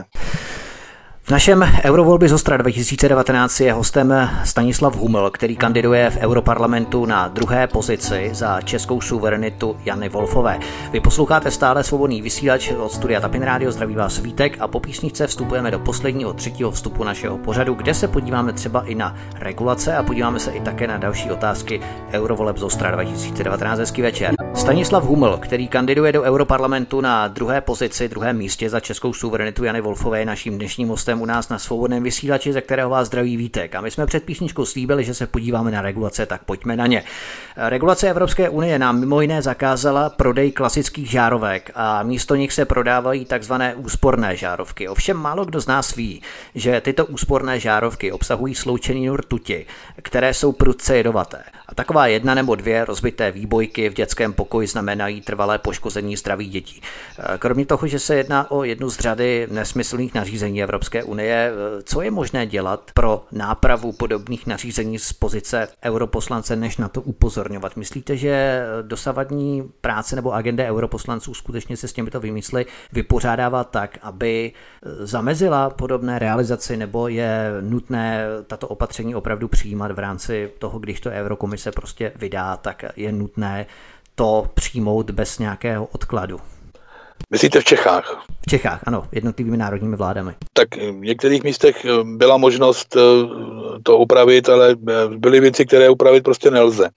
Speaker 2: V našem Eurovolby z Ostra 2019 je hostem Stanislav Huml, který kandiduje v Europarlamentu na 2. pozici za českou suverenitu Jany Wolfové. Vy posloucháte stále Svobodný vysílač od studia Tapin Radio, zdraví vás Vítek a po písničce vstupujeme do posledního 3. vstupu našeho pořadu, kde se podíváme třeba i na regulace a podíváme se i také na další otázky Eurovoleb z Ostra 2019. Hezký večer. Stanislav Huml, který kandiduje do Europarlamentu na 2. pozici, 2. místě za českou suverenitu Jany Wolfové, je naším dnešním hostem u nás na Svobodném vysílači, ze kterého vás zdraví Vítek. A my jsme před písničkou slíbili, že se podíváme na regulace, tak pojďme na ně. Regulace Evropské unie nám mimo jiné zakázala prodej klasických žárovek a místo nich se prodávají takzvané úsporné žárovky. Ovšem málo kdo z nás ví, že tyto úsporné žárovky obsahují sloučeninu rtuti, které jsou prudce jedovaté. A taková 1 nebo 2 rozbité výbojky v dětském pokoji znamenají trvalé poškození zdraví dětí. Kromě toho, že se jedná o jednu z řady nesmyslných nařízení Evropské unie, co je možné dělat pro nápravu podobných nařízení z pozice europoslance, než na to upozorňovat? Myslíte, že dosavadní práce nebo agenda europoslanců skutečně se s těmito výmysly vypořádává tak, aby zamezila podobné realizaci, nebo je nutné tato opatření opravdu přijímat v rámci toho, když to Eurokomise prostě vydá, tak je nutné to přijmout bez nějakého odkladu?
Speaker 3: Myslíte v Čechách?
Speaker 2: V Čechách, ano, jednotlivými národními vládami.
Speaker 3: Tak v některých místech byla možnost to upravit, ale byly věci, které upravit prostě nelze.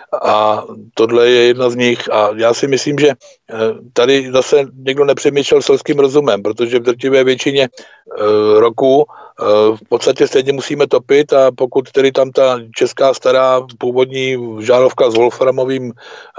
Speaker 3: A tohle je jedna z nich. A já si myslím, že tady zase někdo nepřemýšlel selským rozumem, protože v drtivé většině roku v podstatě stejně musíme topit a pokud tedy tam ta česká stará původní žárovka s wolframovým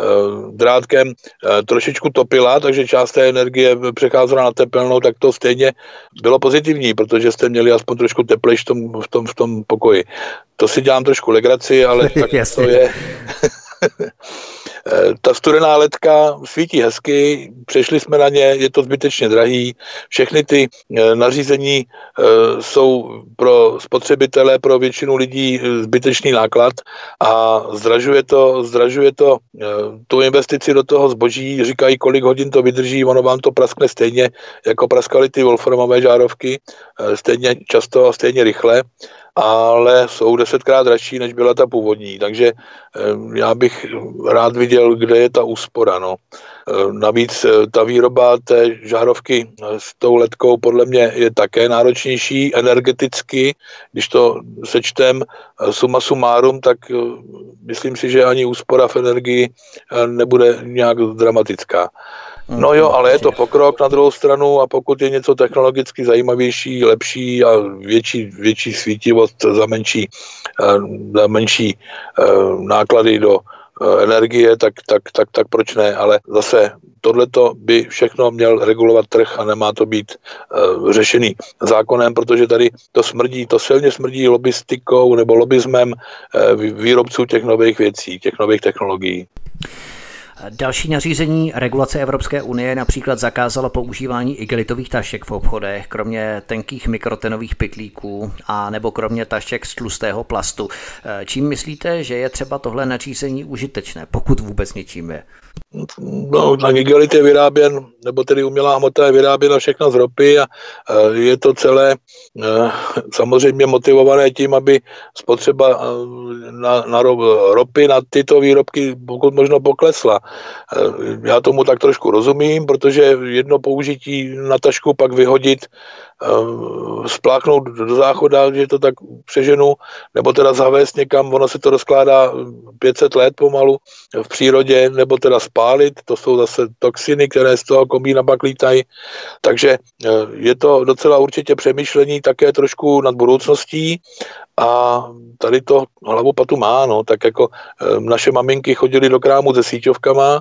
Speaker 3: drátkem trošičku topila, takže část té energie přecházela na tepelnou, tak to stejně bylo pozitivní, protože jste měli aspoň trošku teplejš v tom pokoji. To si dělám trošku legraci, ale tak to je. Ta studená ledka svítí hezky, přešli jsme na ně, je to zbytečně drahý, všechny ty nařízení jsou pro spotřebitele, pro většinu lidí zbytečný náklad a zdražuje to tu investici do toho zboží, říkají, kolik hodin to vydrží, ono vám to praskne stejně, jako praskaly ty wolframové žárovky, stejně často a stejně rychle, ale jsou 10krát dražší, než byla ta původní, takže já bych rád viděl, kde je ta úspora. No. Navíc ta výroba té žárovky s tou ledkou podle mě je také náročnější energeticky, když to sečtem suma sumárum, tak myslím si, že ani úspora v energii nebude nějak dramatická. No jo, ale je to pokrok na druhou stranu a pokud je něco technologicky zajímavější, lepší a větší svítivost za menší náklady do energie, tak proč ne, ale zase tohleto by všechno měl regulovat trh a nemá to být řešený zákonem, protože tady to silně smrdí lobistikou nebo lobismem výrobců těch nových věcí, těch nových technologií.
Speaker 2: Další nařízení regulace Evropské unie například zakázala používání igelitových tašek v obchodech, kromě tenkých mikrotenových pytlíků a nebo kromě tašek z tlustého plastu. Čím myslíte, že je třeba tohle nařízení užitečné, pokud vůbec něčím je?
Speaker 3: No, na igelit je vyráběn, nebo tedy umělá hmota je vyráběna všechno z ropy a je to celé samozřejmě motivované tím, aby spotřeba na ropy, na tyto výrobky pokud možno poklesla. Já tomu tak trošku rozumím, protože jedno použití na tašku pak vyhodit, spláchnout do záchoda, že to tak přeženu, nebo teda zavést někam, ono se to rozkládá 500 let pomalu v přírodě, nebo teda spálit, to jsou zase toxiny, které z toho komína pak lítají, takže je to docela určitě přemýšlení také trošku nad budoucností a tady to hlavu patu má, no, tak jako naše maminky chodily do krámu se síťovkama,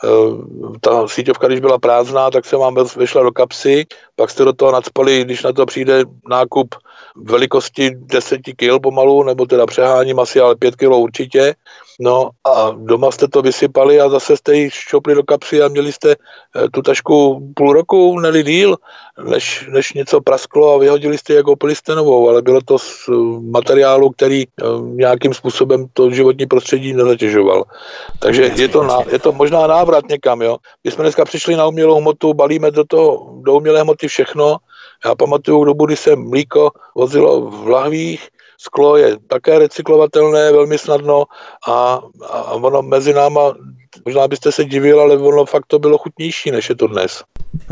Speaker 3: ta síťovka, když byla prázdná, tak se vám vešla do kapsy, pak jste do toho nacpali, když na to přijde nákup velikosti 10 kg pomalu, nebo teda přeháním asi, ale 5 kg určitě, no a doma jste to vysypali a zase jste ji šťopli do kapsy a měli jste tu tašku půl roku, neli díl, než něco prasklo a vyhodili jste jako polystenovou, ale bylo to z materiálu, který nějakým způsobem to životní prostředí nezatěžoval. Takže je to možná návrat někam, jo. My jsme dneska přišli na umělou hmotu, balíme do umělé hmoty všechno. Já pamatuju dobu, kdy se mlíko vozilo v lahvích, sklo je také recyklovatelné velmi snadno a ono mezi náma, možná byste se divil, ale ono fakt to bylo chutnější, než je to dnes.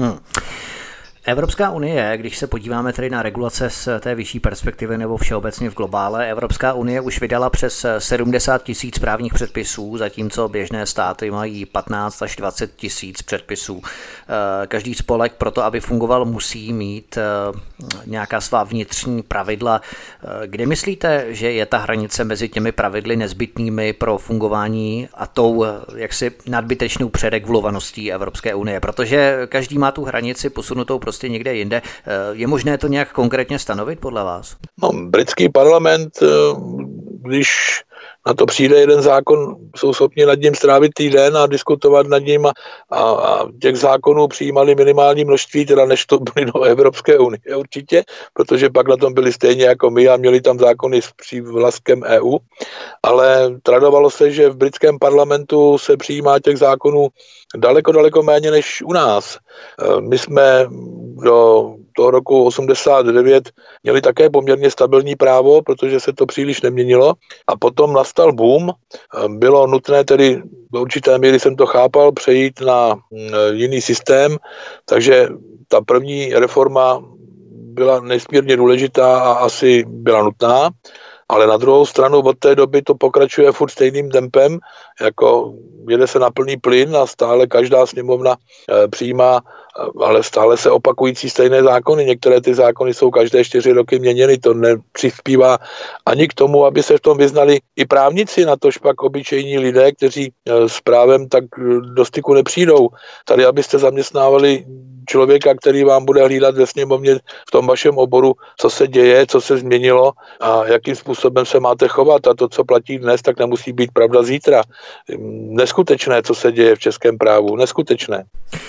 Speaker 2: Evropská unie, když se podíváme tedy na regulace z té vyšší perspektivy nebo všeobecně v globále, Evropská unie už vydala přes 70 000 právních předpisů, zatímco běžné státy mají 15 až 20 000 předpisů. Každý spolek proto, aby fungoval, musí mít nějaká svá vnitřní pravidla. Kde myslíte, že je ta hranice mezi těmi pravidly nezbytnými pro fungování a tou jaksi nadbytečnou předregulovaností Evropské unie? Protože každý má tu hranici posunutou prostě někde jinde. Je možné to nějak konkrétně stanovit podle vás?
Speaker 3: No, britský parlament, když na to přijde jeden zákon, jsou schopni nad ním strávit týden a diskutovat nad ním a těch zákonů přijímali minimální množství, teda než to byly do Evropské unie určitě, protože pak na tom byli stejně jako my a měli tam zákony s přívlastkem EU, ale tradovalo se, že v britském parlamentu se přijímá těch zákonů daleko méně než u nás. My jsme do toho roku 89 měli také poměrně stabilní právo, protože se to příliš neměnilo a potom nastal boom. Bylo nutné tedy, do určité míry jsem to chápal, přejít na jiný systém, takže ta první reforma byla nesmírně důležitá a asi byla nutná. Ale na druhou stranu od té doby to pokračuje furt stejným tempem, jako jede se na plný plyn a stále každá sněmovna přijímá ale stále se opakující stejné zákony. Některé ty zákony jsou každé 4 roky měněny, to nepřispívá ani k tomu, aby se v tom vyznali i právníci, natož pak obyčejní lidé, kteří s právem tak do styku nepřijdou. Tady, abyste zaměstnávali člověka, který vám bude hlídat ve sněmovně v tom vašem oboru, co se děje, co se změnilo a jakým způsobem se máte chovat. A to, co platí dnes, tak nemusí být pravda zítra. Neskutečné, co se děje v českém právu. Neskutečné.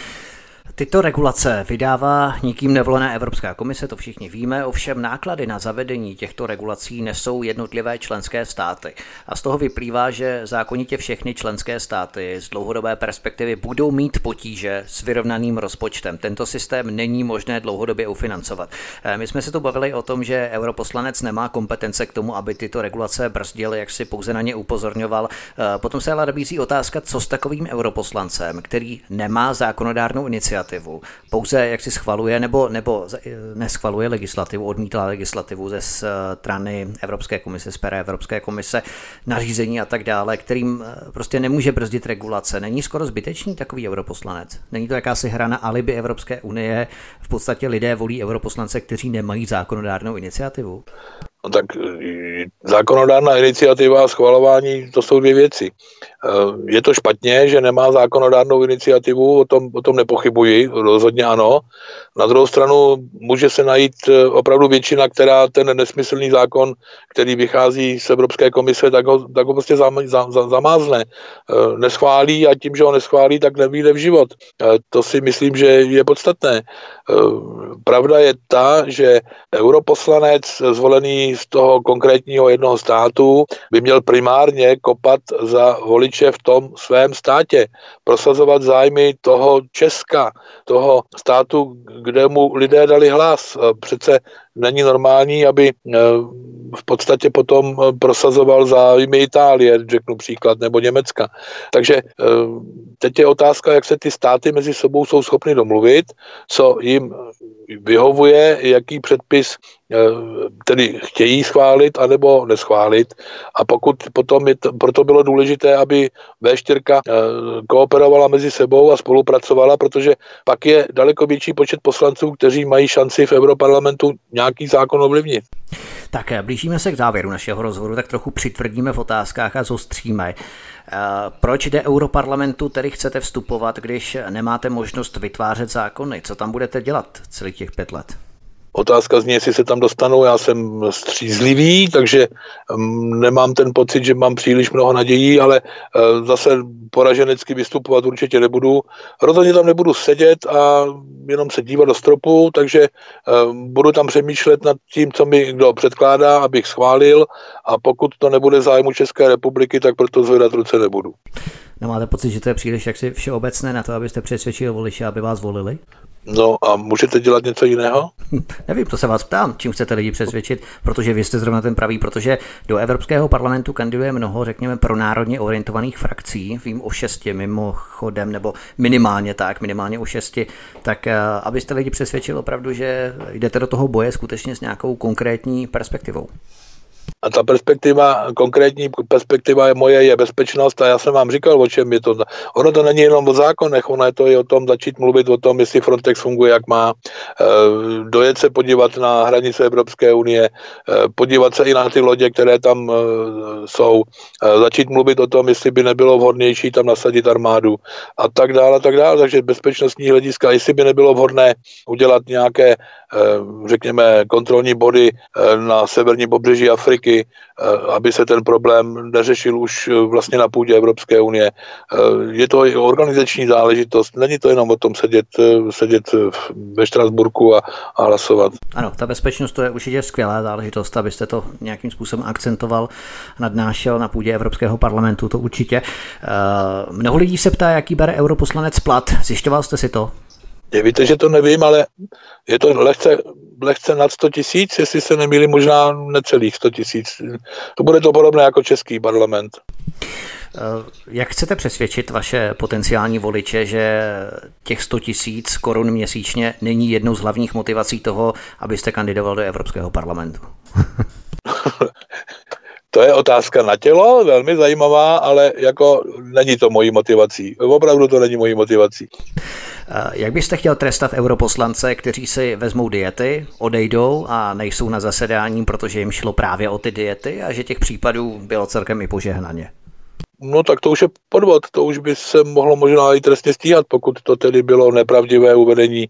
Speaker 2: Tyto regulace vydává nikým nevolená Evropská komise, to všichni víme, ovšem náklady na zavedení těchto regulací nesou jednotlivé členské státy. A z toho vyplývá, že zákonitě všechny členské státy z dlouhodobé perspektivy budou mít potíže s vyrovnaným rozpočtem. Tento systém není možné dlouhodobě ufinancovat. My jsme se tu bavili o tom, že europoslanec nemá kompetence k tomu, aby tyto regulace brzdil, jak si pouze na ně upozorňoval. Potom se ale nabízí otázka, co s takovým europoslancem, který nemá zákonodárnou iniciativu, pouze jak si schvaluje nebo neschvaluje legislativu, odmítá legislativu ze strany Evropské komise, z pera Evropské komise, nařízení a tak dále, kterým prostě nemůže brzdit regulace. Není skoro zbytečný takový europoslanec? Není to jakási hra na alibi Evropské unie? V podstatě lidé volí europoslance, kteří nemají zákonodárnou iniciativu?
Speaker 3: No tak zákonodárná iniciativa a schvalování, to jsou 2 věci. Je to špatně, že nemá zákonodárnou iniciativu, o tom nepochybuji, rozhodně ano. Na druhou stranu může se najít opravdu většina, která ten nesmyslný zákon, který vychází z Evropské komise, tak ho prostě zamázne, neschválí a tím, že ho neschválí, tak nevyjde v život. To si myslím, že je podstatné. Pravda je ta, že europoslanec zvolený z toho konkrétního jednoho státu by měl primárně kopat za voliče v tom svém státě, prosazovat zájmy toho Česka, toho státu, kde mu lidé dali hlas. Přece není normální, aby v podstatě potom prosazoval zájmy Itálie, řeknu příklad, nebo Německa. Takže teď je otázka, jak se ty státy mezi sebou jsou schopny domluvit, co jim vyhovuje, jaký předpis tedy chtějí schválit anebo neschválit. A pokud potom proto bylo důležité, aby V4 kooperovala mezi sebou a spolupracovala, protože pak je daleko větší počet poslanců, kteří mají šanci v Europarlamentu nějaký zákon ovlivnit.
Speaker 2: Tak blížíme se k závěru našeho rozhovoru, tak trochu přitvrdíme v otázkách a zostříme. Proč do Europarlamentu tedy chcete vstupovat, když nemáte možnost vytvářet zákony? Co tam budete dělat celých těch 5 let?
Speaker 3: Otázka zní, jestli se tam dostanu, já jsem střízlivý, takže nemám ten pocit, že mám příliš mnoho nadějí, ale zase poraženecky vystupovat určitě nebudu. Rozhodně tam nebudu sedět a jenom se dívat do stropu, takže budu tam přemýšlet nad tím, co mi kdo předkládá, abych schválil, a pokud to nebude zájmu České republiky, tak proto zvedat ruce nebudu.
Speaker 2: Máte pocit, že to je příliš jaksi všeobecné na to, abyste přesvědčili voliče, aby vás volili?
Speaker 3: No a můžete dělat něco jiného?
Speaker 2: Nevím, to se vás ptám, čím chcete lidi přesvědčit, protože vy jste zrovna ten pravý, protože do Evropského parlamentu kandiduje mnoho, řekněme, pronárodně orientovaných frakcí, vím o 6 mimochodem, nebo minimálně o 6, tak abyste lidi přesvědčili opravdu, že jdete do toho boje skutečně s nějakou konkrétní perspektivou.
Speaker 3: A ta konkrétní perspektiva je bezpečnost, a já jsem vám říkal, o čem je to. Ono to není jenom o zákonech, ono je to i o tom začít mluvit o tom, jestli Frontex funguje, jak má, dojet se podívat na hranice Evropské unie, podívat se i na ty lodě, které tam jsou, začít mluvit o tom, jestli by nebylo vhodnější tam nasadit armádu a tak dále, takže bezpečnostní hlediska, jestli by nebylo vhodné udělat nějaké, řekněme, kontrolní body na severní pobřeží Afriky, aby se ten problém neřešil už vlastně na půdě Evropské unie. Je to i organizační záležitost, není to jenom o tom sedět ve Štrasburku a hlasovat.
Speaker 2: Ano, ta bezpečnost, to je určitě skvělá záležitost, abyste to nějakým způsobem akcentoval, nadnášel na půdě Evropského parlamentu, to určitě. Mnoho lidí se ptá, jaký bere europoslanec plat. Zjišťoval jste si to?
Speaker 3: Víte, že to nevím, ale je to lehce nad 100 000, jestli se nemýlím, možná necelých 100 000. To bude to podobné jako český parlament.
Speaker 2: Jak chcete přesvědčit vaše potenciální voliče, že těch 100 000 korun měsíčně není jednou z hlavních motivací toho, abyste kandidoval do Evropského parlamentu?
Speaker 3: To je otázka na tělo, velmi zajímavá, ale jako není to mojí motivací. Opravdu to není mojí motivací.
Speaker 2: Jak byste chtěl trestat europoslance, kteří si vezmou diety, odejdou a nejsou na zasedání, protože jim šlo právě o ty diety a že těch případů bylo celkem i požehnaně?
Speaker 3: No tak to už je podvod, to už by se mohlo možná i trestně stíhat, pokud to tedy bylo nepravdivé uvedení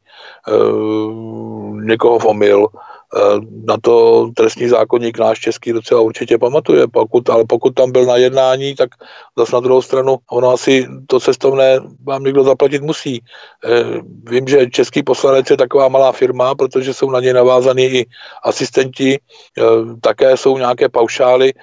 Speaker 3: někoho v omyl. Na to trestní zákoník náš český docela určitě pamatuje, ale pokud tam byl na jednání, tak zase na druhou stranu ono asi to cestovné vám někdo zaplatit musí. Vím, že český poslanec je taková malá firma, protože jsou na něj navázaní i asistenti, také jsou nějaké paušály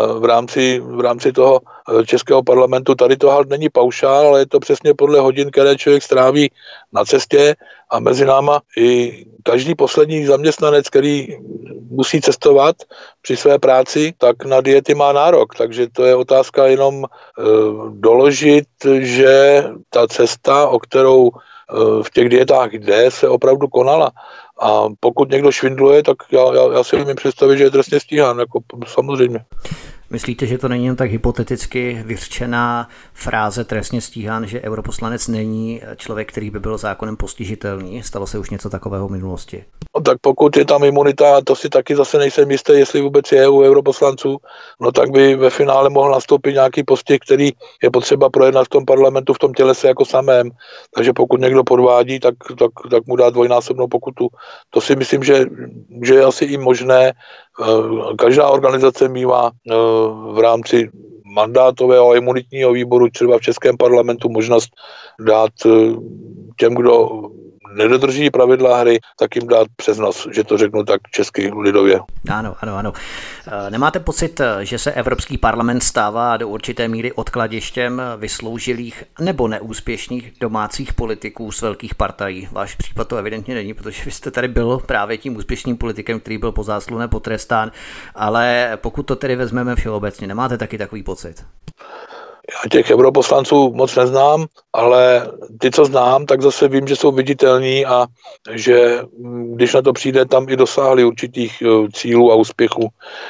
Speaker 3: v rámci toho českého parlamentu. Tady to není paušál, ale je to přesně podle hodin, které člověk stráví na cestě a mezi náma i každý poslední zaměstnanec, který musí cestovat při své práci, tak na diety má nárok. Takže to je otázka jenom doložit, že ta cesta, o kterou v těch dietách jde, se opravdu konala. A pokud někdo švindluje, tak já si umím představit, že je trestně stíhán, jako samozřejmě.
Speaker 2: Myslíte, že to není jen tak hypoteticky vyřčená fráze trestně stíhán, že europoslanec není člověk, který by byl zákonem postižitelný? Stalo se už něco takového v minulosti?
Speaker 3: No tak pokud je tam imunita, to si taky zase nejsem jistý, jestli vůbec je u europoslanců, no tak by ve finále mohl nastoupit nějaký postih, který je potřeba projednat v tom parlamentu, v tom tělese jako samém. Takže pokud někdo podvádí, tak mu dá dvojnásobnou pokutu. To si myslím, že je asi i možné. Každá organizace mívá v rámci mandátového a imunitního výboru třeba v českém parlamentu možnost dát těm, kdo nedodrží pravidla hry, tak jim dát přes nos, že to řeknu tak česky lidově.
Speaker 2: Ano. Nemáte pocit, že se Evropský parlament stává do určité míry odkladištěm vysloužilých nebo neúspěšných domácích politiků z velkých partají? Váš případ to evidentně není, protože vy jste tady byl právě tím úspěšným politikem, který byl po zásluze potrestán, ale pokud to tedy vezmeme všeobecně, nemáte taky takový pocit?
Speaker 3: Já těch europoslanců moc neznám, ale ty, co znám, tak zase vím, že jsou viditelní a že když na to přijde, tam i dosáhli určitých cílů a úspěchů.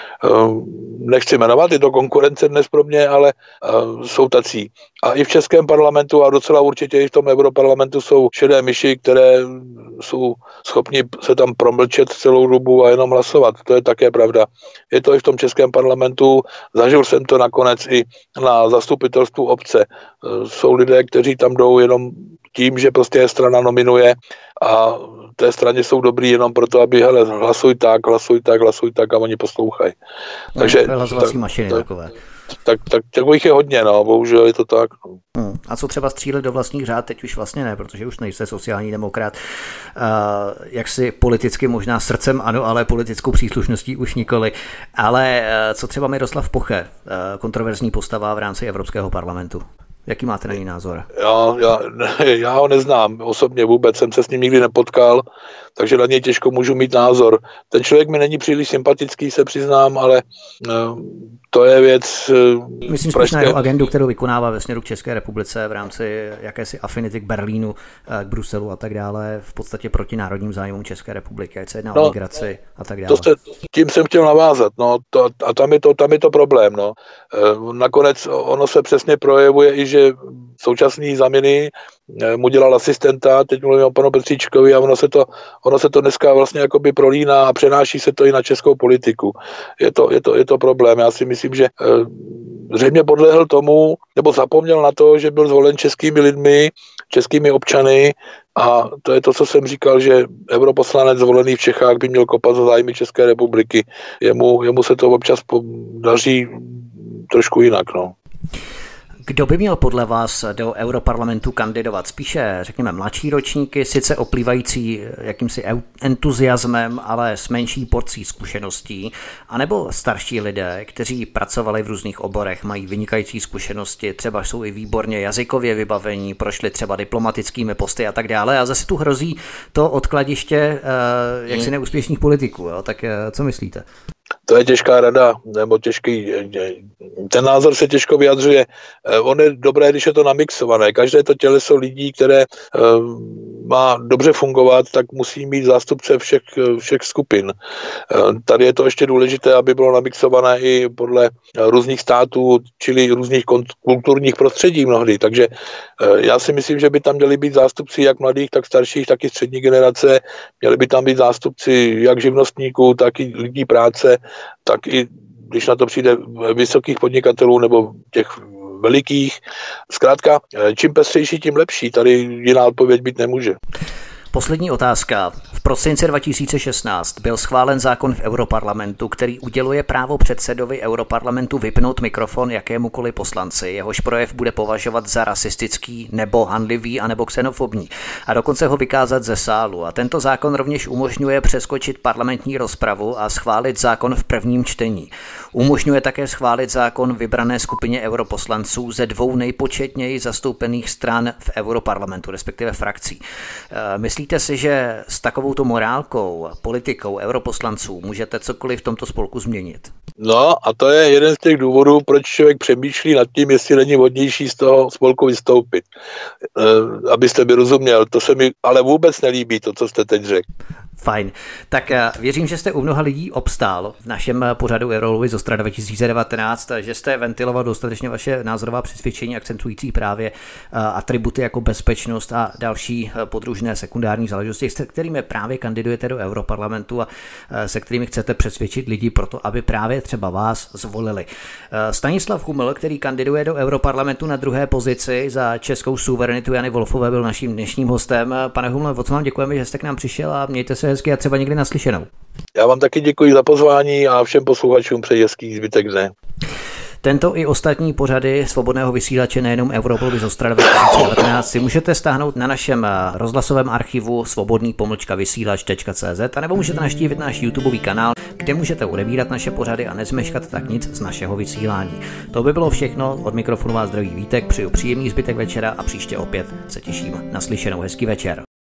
Speaker 3: Nechci jmenovat, je to konkurence dnes pro mě, ale jsou tací. A i v českém parlamentu a docela určitě i v tom europarlamentu jsou šedé myši, které jsou schopni se tam promlčet celou dobu a jenom hlasovat. To je také pravda. Je to i v tom českém parlamentu. Zažil jsem to nakonec i na zastupitelstvu obce. Jsou lidé, kteří tam jdou jenom tím, že prostě strana nominuje a té straně jsou dobrý jenom proto, aby hlasuj tak a oni poslouchají.
Speaker 2: Takže hlasovací mašiny takové.
Speaker 3: Tak takových je hodně, no, bohužel je to tak.
Speaker 2: No. A co třeba střílet do vlastních řád, teď už vlastně ne, protože už nejste sociální demokrat. Jak si politicky možná srdcem ano, ale politickou příslušností už nikoli. Ale co třeba Miroslav Poche, kontroverzní postava v rámci Evropského parlamentu? Jaký máte na něj názor?
Speaker 3: Já ho neznám osobně vůbec, jsem se s ním nikdy nepotkal, takže na něj těžko můžu mít názor. Ten člověk mi není příliš sympatický, se přiznám, ale to je věc...
Speaker 2: Myslím spíš na jeho agendu, kterou vykonává ve směru k České republice v rámci jakési afinity k Berlínu, k Bruselu a tak dále, v podstatě proti národním zájmům České republiky, ať se jedná o migraci a tak dále.
Speaker 3: Tím jsem chtěl navázat, no, a tam je to problém, no. Nakonec ono se přesně projevuje i, že současný Zaminy mu dělal asistenta, teď mluvím o panu Petříčkovi a ono se to dneska vlastně jakoby prolíná a přenáší se to i na českou politiku. Je to problém. Já si myslím, že zřejmě podlehl tomu, nebo zapomněl na to, že byl zvolen českými lidmi, českými občany a to je to, co jsem říkal, že europoslanec zvolený v Čechách by měl kopat za zájmy České republiky. Jemu se to občas daří trošku jinak, no.
Speaker 2: Kdo by měl podle vás do europarlamentu kandidovat? Spíše, řekněme, mladší ročníky, sice oplývající jakýmsi entuziasmem, ale s menší porcí zkušeností, anebo starší lidé, kteří pracovali v různých oborech, mají vynikající zkušenosti, třeba jsou i výborně jazykově vybavení, prošli třeba diplomatickými posty a tak dále a zase tu hrozí to odkladiště jaksi neúspěšných politiků. Jo? Tak co myslíte?
Speaker 3: to je těžká rada, nebo ten názor se těžko vyjadřuje. On je dobré, když je to namixované. Každé to těleso lidí, které má dobře fungovat, tak musí mít zástupce všech skupin. Tady je to ještě důležité, aby bylo namixované i podle různých států, čili různých kulturních prostředí mnohdy. Takže já si myslím, že by tam měli být zástupci jak mladých, tak starších, tak i střední generace. Měli by tam být zástupci jak živnostníků, tak i lidí práce, tak i, když na to přijde, vysokých podnikatelů nebo těch velikých. Zkrátka, čím pestřejší, tím lepší. Tady jiná odpověď být nemůže.
Speaker 2: Poslední otázka. V prosinci 2016 byl schválen zákon v Europarlamentu, který uděluje právo předsedovi Europarlamentu vypnout mikrofon jakémukoliv poslanci, jehož projev bude považovat za rasistický nebo hanlivý anebo xenofobní a dokonce ho vykázat ze sálu. A tento zákon rovněž umožňuje přeskočit parlamentní rozpravu a schválit zákon v prvním čtení. Umožňuje také schválit zákon vybrané skupině europoslanců ze 2 nejpočetněji zastoupených stran v Europarlamentu, respektive frakcí. Myslíte si, že s takovouto morálkou, politikou europoslanců můžete cokoliv v tomto spolku změnit?
Speaker 3: No a to je jeden z těch důvodů, proč člověk přemýšlí nad tím, jestli není vhodnější z toho spolku vystoupit. Abyste mi rozuměl, to se mi ale vůbec nelíbí, to, co jste teď řekl.
Speaker 2: Fajn. Tak věřím, že jste u mnoha lidí obstál v našem pořadu Euroluvy z Ostra 2019, že jste ventiloval dostatečně vaše názorová přesvědčení akcentující právě atributy jako bezpečnost a další podružné sekundární záležitosti, se kterými právě kandidujete do Europarlamentu a se kterými chcete přesvědčit lidi proto, aby právě třeba vás zvolili. Stanislav Huml, který kandiduje do Europarlamentu na 2. pozici za českou suverenitu Jany Wolfové, byl naším dnešním hostem. Pane Humle, moc vám děkujeme, že jste k nám přišel a mějte se hezky a třeba někdy naslyšenou.
Speaker 3: Já vám taky děkuji za pozvání a všem posluchačům přeji hezký zbytek dne.
Speaker 2: Tento i ostatní pořady Svobodného vysílače, nejenom Euroluvy z Ostra 2019, si můžete stáhnout na našem rozhlasovém archivu svobodný-vysílač.cz a nebo můžete navštívit náš YouTubeový kanál, kde můžete odebírat naše pořady a nezmeškat tak nic z našeho vysílání. To by bylo všechno, od mikrofonu vás zdraví Vítek, přeju příjemný zbytek večera a příště opět se těším. Naslyšenou, hezký večer.